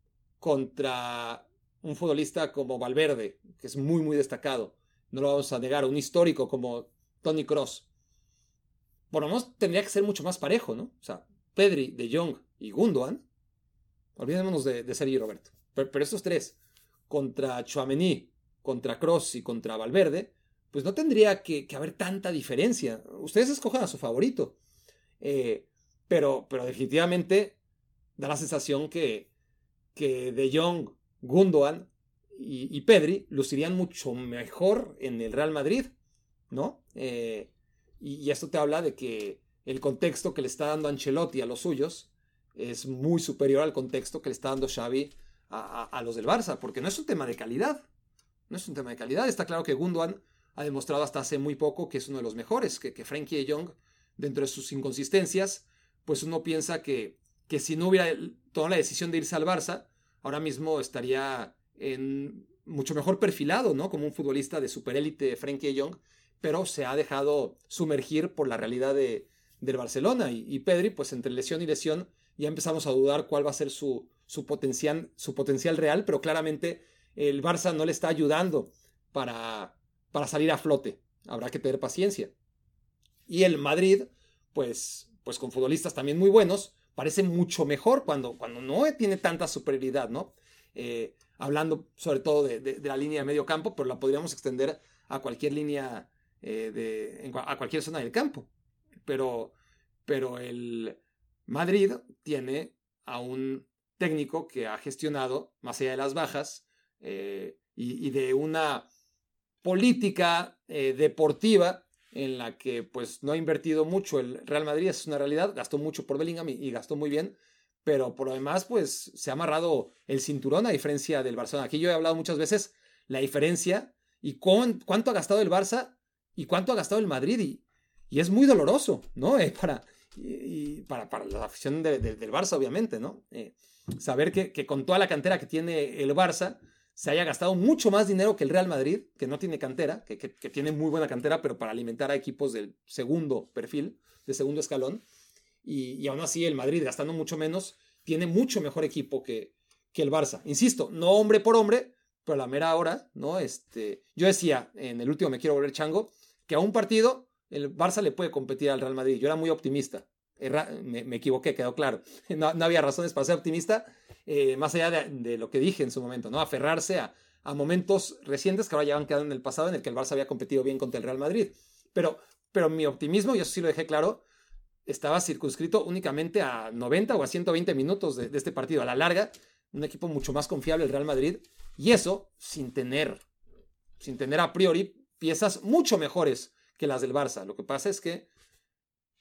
contra un futbolista como Valverde, que es muy, muy destacado, no lo vamos a negar, un histórico como Toni Kroos, por lo menos tendría que ser mucho más parejo, ¿no? O sea, Pedri, De Jong y Gundogan, olvidémonos de Sergi Roberto, pero estos tres, contra Tchouaméni, contra Kroos y contra Valverde, pues no tendría que haber tanta diferencia. Ustedes escojan a su favorito. Pero definitivamente da la sensación que De Jong, Gundogan y Pedri lucirían mucho mejor en el Real Madrid, ¿no? Y esto te habla de que el contexto que le está dando Ancelotti a los suyos es muy superior al contexto que le está dando Xavi a los del Barça, porque no es un tema de calidad. No es un tema de calidad. Está claro que Gundogan ha demostrado hasta hace muy poco que es uno de los mejores, que Frenkie de Jong, dentro de sus inconsistencias, pues uno piensa que si no hubiera tomado la decisión de irse al Barça, ahora mismo estaría mucho mejor perfilado, ¿no? Como un futbolista de superélite, Frenkie de Jong, pero se ha dejado sumergir por la realidad del Barcelona. Y Pedri, pues entre lesión y lesión, ya empezamos a dudar cuál va a ser su potencial real, pero claramente el Barça no le está ayudando para salir a flote. Habrá que tener paciencia. Y el Madrid, pues con futbolistas también muy buenos, parece mucho mejor cuando no tiene tanta superioridad, ¿no? Hablando sobre todo de la línea de medio campo, pero la podríamos extender a cualquier línea, a cualquier zona del campo. Pero el Madrid tiene a un técnico que ha gestionado, más allá de las bajas, y de una política deportiva en la que pues no ha invertido mucho el Real Madrid, es una realidad, gastó mucho por Bellingham y gastó muy bien, pero por lo demás pues se ha amarrado el cinturón a diferencia del Barcelona. Aquí yo he hablado muchas veces la diferencia y cuánto ha gastado el Barça y cuánto ha gastado el Madrid y es muy doloroso, ¿no? Para la afición del Barça obviamente, ¿no? Saber que con toda la cantera que tiene el Barça se haya gastado mucho más dinero que el Real Madrid, que no tiene cantera, que tiene muy buena cantera, pero para alimentar a equipos del segundo perfil, de segundo escalón, y aún así el Madrid, gastando mucho menos, tiene mucho mejor equipo que el Barça. Insisto, no hombre por hombre, pero a la mera hora, ¿no? Yo decía, en el último Me Quiero Volver Chango, que a un partido el Barça le puede competir al Real Madrid. Yo era muy optimista. Me equivoqué, quedó claro. No había razones para ser optimista, más allá de lo que dije en su momento, ¿no? Aferrarse a momentos recientes que ahora ya han quedado en el pasado, en el que el Barça había competido bien contra el Real Madrid. Pero mi optimismo, y eso sí lo dejé claro, estaba circunscrito únicamente a 90 o a 120 minutos de este partido. A la larga, un equipo mucho más confiable, el Real Madrid, y eso sin tener a priori piezas mucho mejores que las del Barça. Lo que pasa es que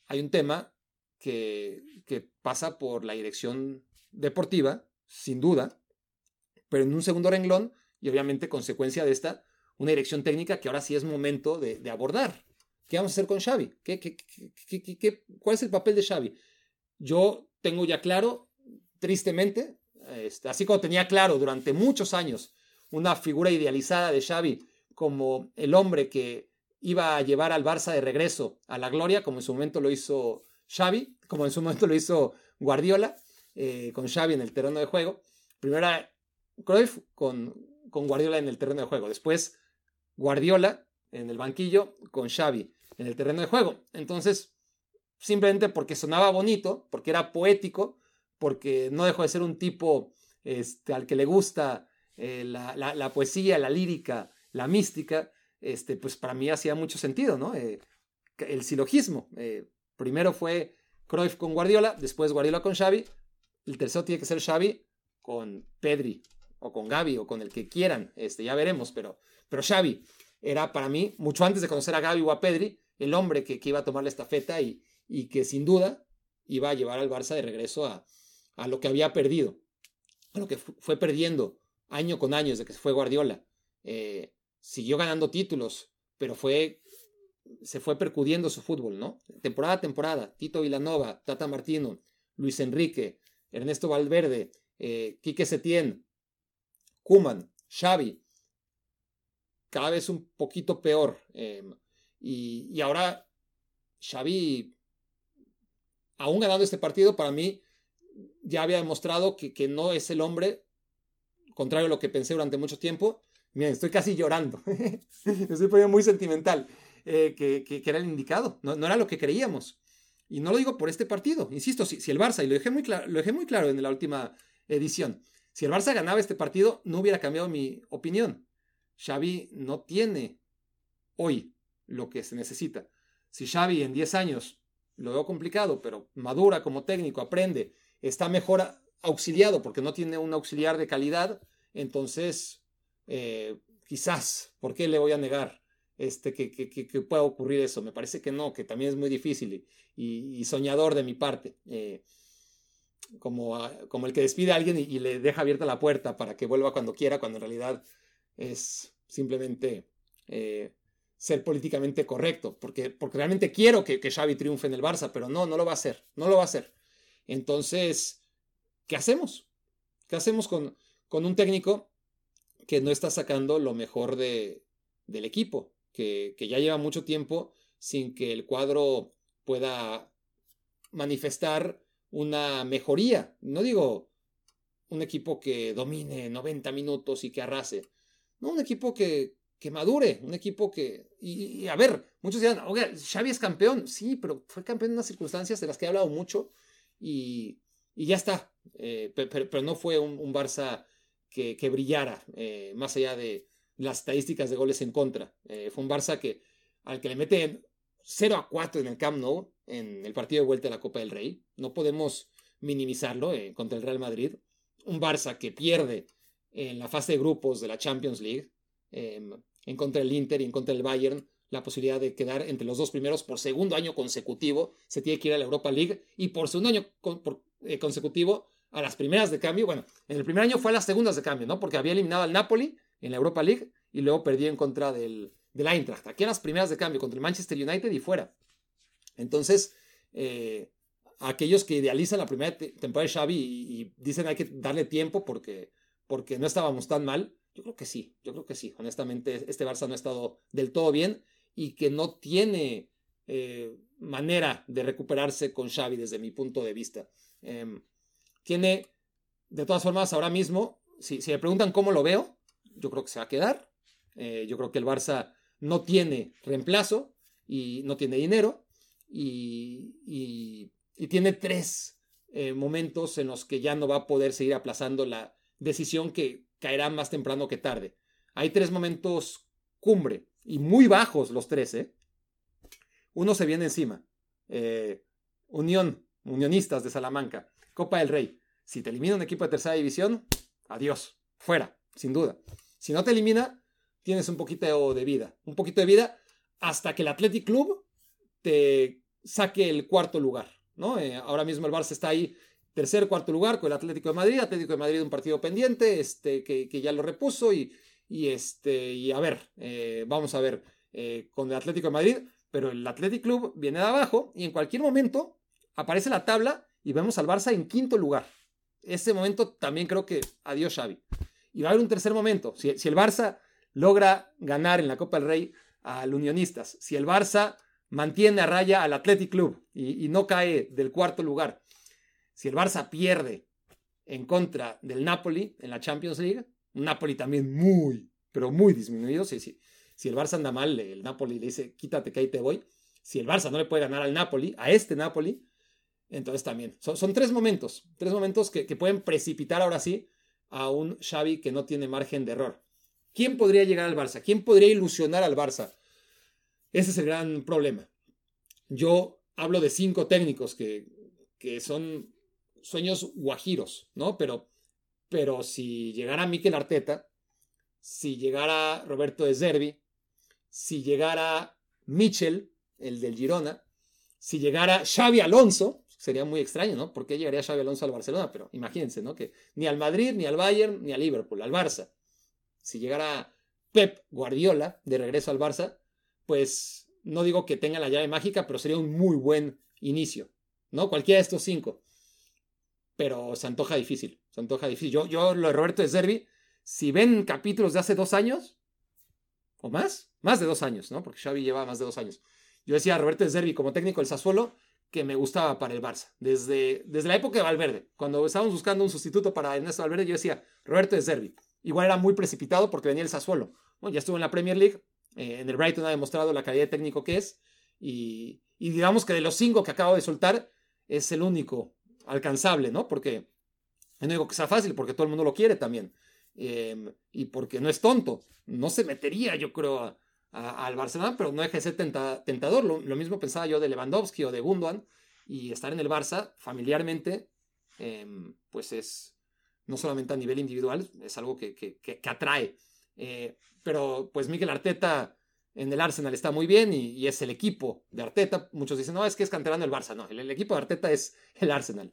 hay un tema que pasa por la dirección deportiva, sin duda, pero en un segundo renglón, y obviamente consecuencia de esta, una dirección técnica que ahora sí es momento de abordar. ¿Qué vamos a hacer con Xavi? ¿Cuál es el papel de Xavi? Yo tengo ya claro, tristemente, así como tenía claro durante muchos años una figura idealizada de Xavi como el hombre que iba a llevar al Barça de regreso a la gloria, como en su momento lo hizo Xavi, como en su momento lo hizo Guardiola, con Xavi en el terreno de juego. Primero era Cruyff con Guardiola en el terreno de juego. Después Guardiola en el banquillo con Xavi en el terreno de juego. Entonces, simplemente porque sonaba bonito, porque era poético, porque no dejó de ser un tipo al que le gusta la poesía, la lírica, la mística, pues para mí hacía mucho sentido, ¿no? El silogismo. Primero fue Cruyff con Guardiola, después Guardiola con Xavi, el tercero tiene que ser Xavi con Pedri, o con Gavi, o con el que quieran, ya veremos, pero Xavi era para mí, mucho antes de conocer a Gavi o a Pedri, el hombre que iba a tomar la estafeta y que sin duda iba a llevar al Barça de regreso a lo que había perdido, a lo que fue perdiendo año con año desde que se fue Guardiola. Siguió ganando títulos, pero se fue percudiendo su fútbol, ¿no? Temporada a temporada, Tito Vilanova, Tata Martino, Luis Enrique, Ernesto Valverde, Quique Setién, Koeman, Xavi, cada vez un poquito peor. Y ahora Xavi, aún ganando este partido, para mí ya había demostrado que no es el hombre, contrario a lo que pensé durante mucho tiempo. Miren, estoy casi llorando. Me estoy poniendo muy sentimental. Que era el indicado. No era lo que creíamos. Y no lo digo por este partido. Insisto, si el Barça, y lo dejé muy claro en la última edición, si el Barça ganaba este partido, no hubiera cambiado mi opinión. Xavi no tiene hoy lo que se necesita. Si Xavi en 10 años, lo veo complicado, pero madura como técnico, aprende, está mejor auxiliado porque no tiene un auxiliar de calidad, entonces quizás, ¿por qué le voy a negar que pueda ocurrir eso? Me parece que no, que también es muy difícil y soñador de mi parte. Como el que despide a alguien y le deja abierta la puerta para que vuelva cuando quiera, cuando en realidad es simplemente ser políticamente correcto, porque realmente quiero que Xavi triunfe en el Barça, pero no lo va a hacer, no lo va a hacer. Entonces, ¿qué hacemos? ¿Qué hacemos con un técnico que no está sacando lo mejor del equipo, que ya lleva mucho tiempo sin que el cuadro pueda manifestar una mejoría? No digo un equipo que domine 90 minutos y que arrase, no, un equipo que madure, un equipo que... Y a ver, muchos dirán, oiga, Xavi es campeón. Sí, pero fue campeón en unas circunstancias de las que he hablado mucho y ya está. Pero no fue un Barça que brillara más allá de las estadísticas de goles en contra. Fue un Barça al que le meten 0-4 en el Camp Nou en el partido de vuelta de la Copa del Rey. No podemos minimizarlo contra el Real Madrid. Un Barça que pierde en la fase de grupos de la Champions League, en contra del Inter y en contra del Bayern, la posibilidad de quedar entre los dos primeros por segundo año consecutivo. Se tiene que ir a la Europa League y por segundo año consecutivo a las primeras de cambio. Bueno, en el primer año fue a las segundas de cambio, ¿no? Porque había eliminado al Napoli en la Europa League y luego perdió en contra del Eintracht. Aquí a las primeras de cambio contra el Manchester United y fuera. Entonces, aquellos que idealizan la primera temporada de Xavi y dicen hay que darle tiempo porque no estábamos tan mal, yo creo que sí. Honestamente, este Barça no ha estado del todo bien y que no tiene manera de recuperarse con Xavi desde mi punto de vista. Tiene, de todas formas, ahora mismo, si me preguntan cómo lo veo, yo creo que se va a quedar. Yo creo que el Barça no tiene reemplazo y no tiene dinero y tiene 3 momentos en los que ya no va a poder seguir aplazando la decisión que caerá más temprano que tarde. Hay 3 momentos cumbre y muy bajos los 3. Uno se viene encima. Unionistas de Salamanca, Copa del Rey. Si te elimina un equipo de tercera división, adiós, fuera, sin duda. Si no te elimina, tienes un poquito de vida hasta que el Athletic Club te saque el cuarto lugar, ¿no? Ahora mismo el Barça está ahí, tercer, cuarto lugar con el Atlético de Madrid un partido pendiente, que ya lo repuso y a ver, vamos a ver con el Atlético de Madrid, pero el Athletic Club viene de abajo y en cualquier momento aparece la tabla y vemos al Barça en quinto lugar. Ese momento también creo que adiós Xavi. Y va a haber un tercer momento. Si el Barça logra ganar en la Copa del Rey al Unionistas, si el Barça mantiene a raya al Athletic Club y no cae del cuarto lugar, si el Barça pierde en contra del Napoli en la Champions League, un Napoli también muy, pero muy disminuido, si el Barça anda mal, el Napoli le dice, quítate que ahí te voy. Si el Barça no le puede ganar al Napoli, a este Napoli, entonces también. Son tres momentos que pueden precipitar ahora sí a un Xavi que no tiene margen de error. ¿Quién podría llegar al Barça? ¿Quién podría ilusionar al Barça? Ese es el gran problema. Yo hablo de 5 técnicos que son sueños guajiros, ¿no? Pero si llegara Mikel Arteta, si llegara Roberto De Zerbi, si llegara Michel, el del Girona, si llegara Xabi Alonso, sería muy extraño, ¿no? ¿Por qué llegaría Xabi Alonso al Barcelona? Pero imagínense, ¿no? Que ni al Madrid, ni al Bayern, ni al Liverpool, al Barça. Si llegara Pep Guardiola de regreso al Barça, pues no digo que tenga la llave mágica, pero sería un muy buen inicio, ¿no? Cualquiera de estos 5. Pero se antoja difícil, Yo lo de Roberto De Zerbi, si ven capítulos de hace 2 años, o más de 2 años, ¿no? Porque Xavi lleva más de 2 años. Yo decía a Roberto De Zerbi como técnico del Sassuolo que me gustaba para el Barça. Desde la época de Valverde, cuando estábamos buscando un sustituto para Ernesto Valverde, yo decía Roberto De Zerbi. Igual era muy precipitado porque venía el Sassuolo. Bueno, ya estuvo en la Premier League, en el Brighton ha demostrado la calidad de técnico que es, y digamos que de los 5 que acabo de soltar, es el único alcanzable, ¿no? Porque no digo que sea fácil, porque todo el mundo lo quiere también. Y porque no es tonto. No se metería, yo creo, al Barcelona, pero no deja de ser tentador. Lo mismo pensaba yo de Lewandowski o de Gundogan. Y estar en el Barça familiarmente, pues es no solamente a nivel individual, es algo que atrae. Pero pues Mikel Arteta en el Arsenal está muy bien y es el equipo de Arteta. Muchos dicen, no, es que es canterano el Barça. No, el equipo de Arteta es el Arsenal.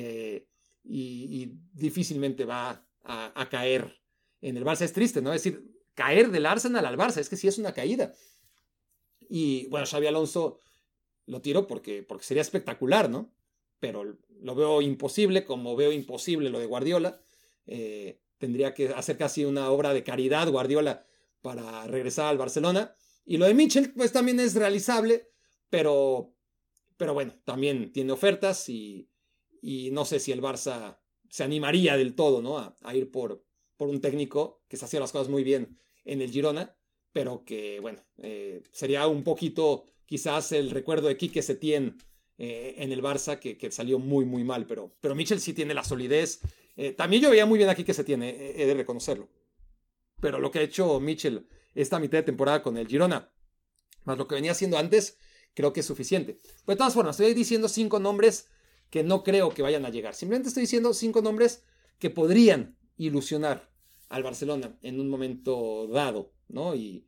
Y difícilmente va a caer en el Barça. Es triste, ¿no? Es decir, caer del Arsenal al Barça, es que sí es una caída. Y bueno, Xabi Alonso lo tiro porque sería espectacular, ¿no? Pero lo veo imposible, como veo imposible lo de Guardiola. Tendría que hacer casi una obra de caridad Guardiola para regresar al Barcelona. Y lo de Michel, pues también es realizable, pero bueno, también tiene ofertas y no sé si el Barça se animaría del todo, ¿no? A ir por un técnico que se hacía las cosas muy bien en el Girona, pero que, bueno, sería un poquito quizás el recuerdo de Quique Setién en el Barça, que salió muy, muy mal, pero Michel sí tiene la solidez. También yo veía muy bien a Quique Setién, he de reconocerlo. Pero lo que ha hecho Michel esta mitad de temporada con el Girona, más lo que venía haciendo antes, creo que es suficiente. Pero de todas formas, estoy diciendo 5 nombres que no creo que vayan a llegar. Simplemente estoy diciendo 5 nombres que podrían ilusionar al Barcelona en un momento dado, ¿no? Y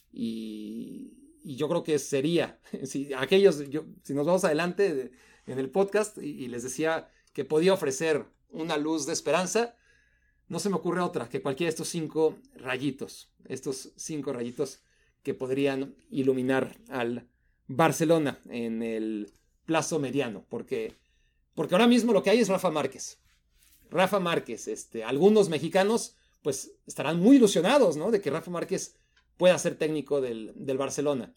yo creo que sería, si nos vamos adelante en el podcast y les decía que podía ofrecer una luz de esperanza, no se me ocurre otra que cualquiera de estos 5 rayitos, que podrían iluminar al Barcelona en el plazo mediano, porque ahora mismo lo que hay es Rafa Márquez. Algunos mexicanos pues estarán muy ilusionados, ¿no? De que Rafa Márquez pueda ser técnico del Barcelona.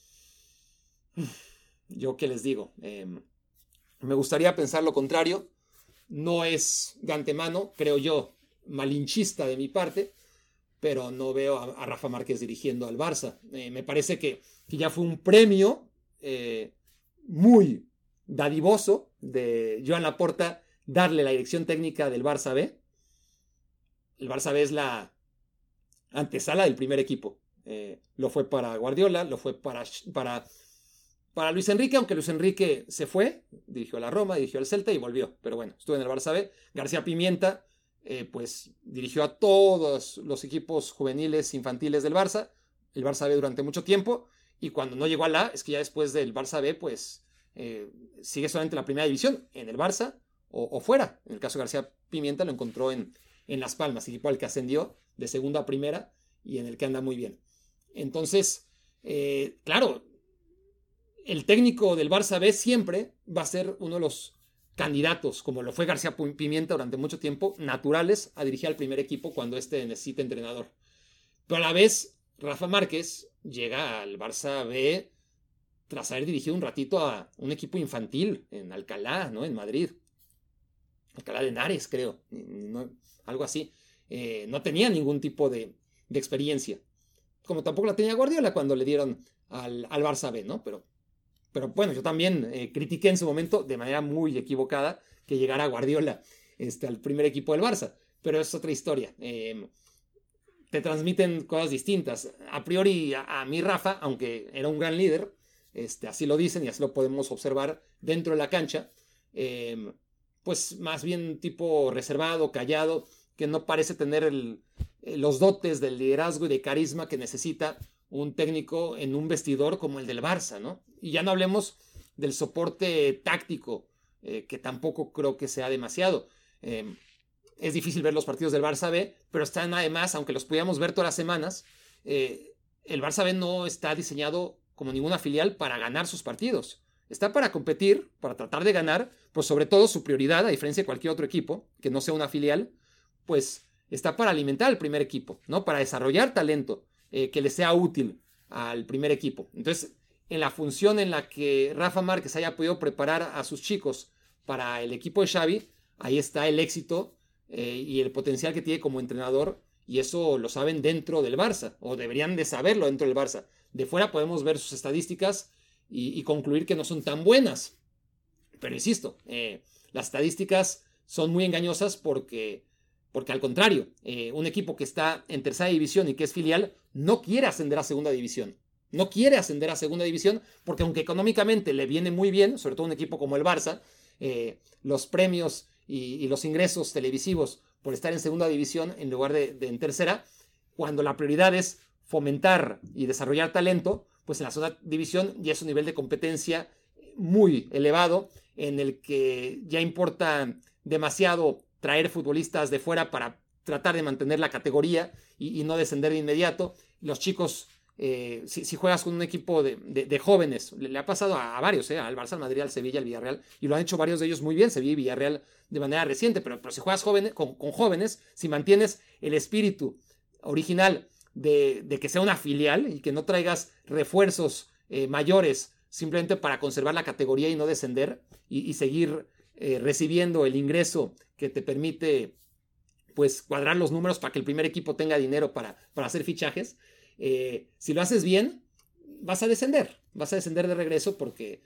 Yo qué les digo, me gustaría pensar lo contrario. No es de antemano, creo yo, malinchista de mi parte, pero no veo a Rafa Márquez dirigiendo al Barça. Me parece que ya fue un premio muy dadivoso de Joan Laporta darle la dirección técnica del Barça B. El Barça B es la antesala del primer equipo. Lo fue para Guardiola, lo fue para Luis Enrique, aunque Luis Enrique se fue, dirigió a la Roma, dirigió al Celta y volvió. Pero bueno, estuvo en el Barça B. García Pimienta, pues dirigió a todos los equipos juveniles, infantiles del Barça, el Barça B durante mucho tiempo, y cuando no llegó al A, es que ya después del Barça B, pues sigue solamente en la primera división, en el Barça o fuera. En el caso de García Pimienta lo encontró en Las Palmas, equipo al que ascendió de segunda a primera y en el que anda muy bien. Entonces, claro, el técnico del Barça B siempre va a ser uno de los candidatos, como lo fue García Pimienta durante mucho tiempo, naturales a dirigir al primer equipo cuando necesite entrenador. Pero a la vez, Rafa Márquez llega al Barça B tras haber dirigido un ratito a un equipo infantil en Alcalá, ¿no? En Madrid. Alcalá de Henares, creo. No, algo así. No tenía ningún tipo de experiencia. Como tampoco la tenía Guardiola cuando le dieron al Barça B, ¿no? Pero bueno, yo también critiqué en su momento, de manera muy equivocada, que llegara Guardiola al primer equipo del Barça. Pero es otra historia. Te transmiten cosas distintas. A priori, a mí Rafa, aunque era un gran líder, así lo dicen y así lo podemos observar dentro de la cancha, pues más bien tipo reservado, callado, que no parece tener los dotes del liderazgo y de carisma que necesita un técnico en un vestidor como el del Barça, ¿no? Y ya no hablemos del soporte táctico, que tampoco creo que sea demasiado. Es difícil ver los partidos del Barça B, pero están además, aunque los pudiéramos ver todas las semanas, el Barça B no está diseñado como ninguna filial para ganar sus partidos. Está para competir, para tratar de ganar, pues sobre todo su prioridad, a diferencia de cualquier otro equipo que no sea una filial, pues está para alimentar al primer equipo, ¿no? Para desarrollar talento que le sea útil al primer equipo. Entonces, en la función en la que Rafa Márquez haya podido preparar a sus chicos para el equipo de Xavi, ahí está el éxito y el potencial que tiene como entrenador, y eso lo saben dentro del Barça, o deberían de saberlo dentro del Barça. De fuera podemos ver sus estadísticas y concluir que no son tan buenas. Pero insisto, las estadísticas son muy engañosas porque al contrario, un equipo que está en tercera división y que es filial no quiere ascender a segunda división. No quiere ascender a segunda división porque aunque económicamente le viene muy bien, sobre todo un equipo como el Barça, los premios y los ingresos televisivos por estar en segunda división en lugar de en tercera, cuando la prioridad es fomentar y desarrollar talento, pues en la segunda división ya es un nivel de competencia muy elevado en el que ya importa demasiado traer futbolistas de fuera para tratar de mantener la categoría y no descender de inmediato. Los chicos, si juegas con un equipo de jóvenes, le ha pasado a varios, al Barça, al Madrid, al Sevilla, al Villarreal, y lo han hecho varios de ellos muy bien, Sevilla y Villarreal de manera reciente, pero si juegas con jóvenes, si mantienes el espíritu original de que sea una filial y que no traigas refuerzos mayores simplemente para conservar la categoría y no descender y seguir recibiendo el ingreso que te permite pues cuadrar los números para que el primer equipo tenga dinero para hacer fichajes. Si lo haces bien, vas a descender de regreso porque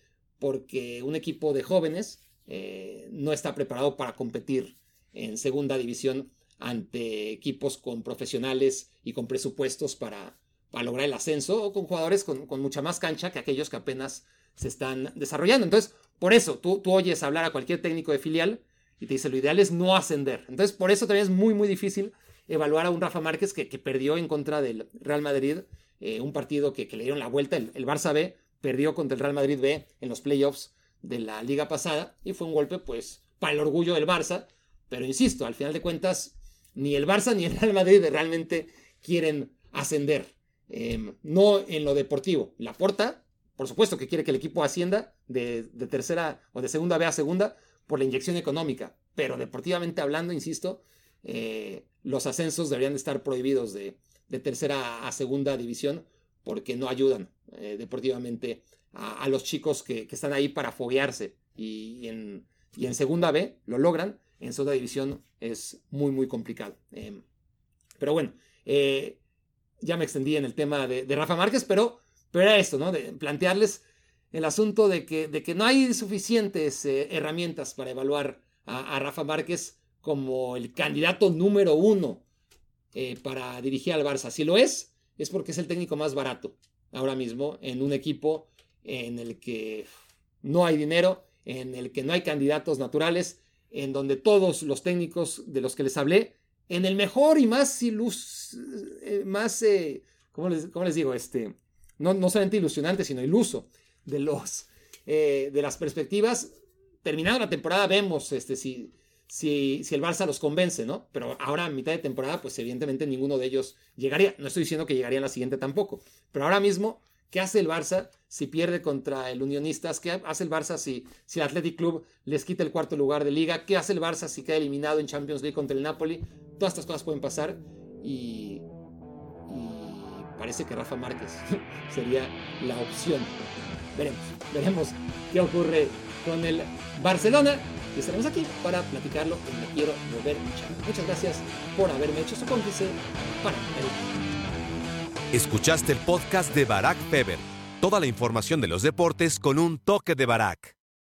un equipo de jóvenes no está preparado para competir en segunda división ante equipos con profesionales y con presupuestos para lograr el ascenso, o con jugadores con mucha más cancha que aquellos que apenas se están desarrollando. Entonces, por eso tú oyes hablar a cualquier técnico de filial y te dice lo ideal es no ascender. Entonces, por eso también es muy, muy difícil evaluar a un Rafa Márquez que perdió en contra del Real Madrid, un partido que le dieron la vuelta. El Barça B perdió contra el Real Madrid B en los playoffs de la liga pasada y fue un golpe pues para el orgullo del Barça, pero insisto, al final de cuentas ni el Barça ni el Real Madrid realmente quieren ascender, no en lo deportivo. Laporta, por supuesto que quiere que el equipo ascienda de tercera o de segunda B a segunda por la inyección económica, pero deportivamente hablando, insisto, los ascensos deberían de estar prohibidos de tercera a segunda división porque no ayudan deportivamente a los chicos que están ahí para foguearse y en segunda B lo logran, en segunda división es muy muy complicado. Pero bueno, ya me extendí en el tema de Rafa Márquez, pero era esto, ¿no? De plantearles el asunto de que no hay suficientes herramientas para evaluar a Rafa Márquez como el candidato número uno para dirigir al Barça. Si lo es porque es el técnico más barato ahora mismo en un equipo en el que no hay dinero, en el que no hay candidatos naturales, en donde todos los técnicos de los que les hablé, en el mejor y más ¿cómo les digo? No solamente ilusionante, sino iluso de los de las perspectivas, terminando la temporada vemos si el Barça los convence, ¿no? Pero ahora a mitad de temporada, pues evidentemente ninguno de ellos llegaría. No estoy diciendo que llegaría en la siguiente tampoco. Pero ahora mismo, ¿qué hace el Barça si pierde contra el Unionistas? ¿Qué hace el Barça si el Athletic Club les quita el cuarto lugar de Liga? ¿Qué hace el Barça si queda eliminado en Champions League contra el Napoli? Todas estas cosas pueden pasar y parece que Rafa Márquez sería la opción. Veremos qué ocurre con el Barcelona. Y estaremos aquí para platicarlo en Me Quiero Volver Chango. Muchas gracias por haberme hecho su cómplice para el... Escuchaste el podcast de Barack Feber. Toda la información de los deportes con un toque de Barack.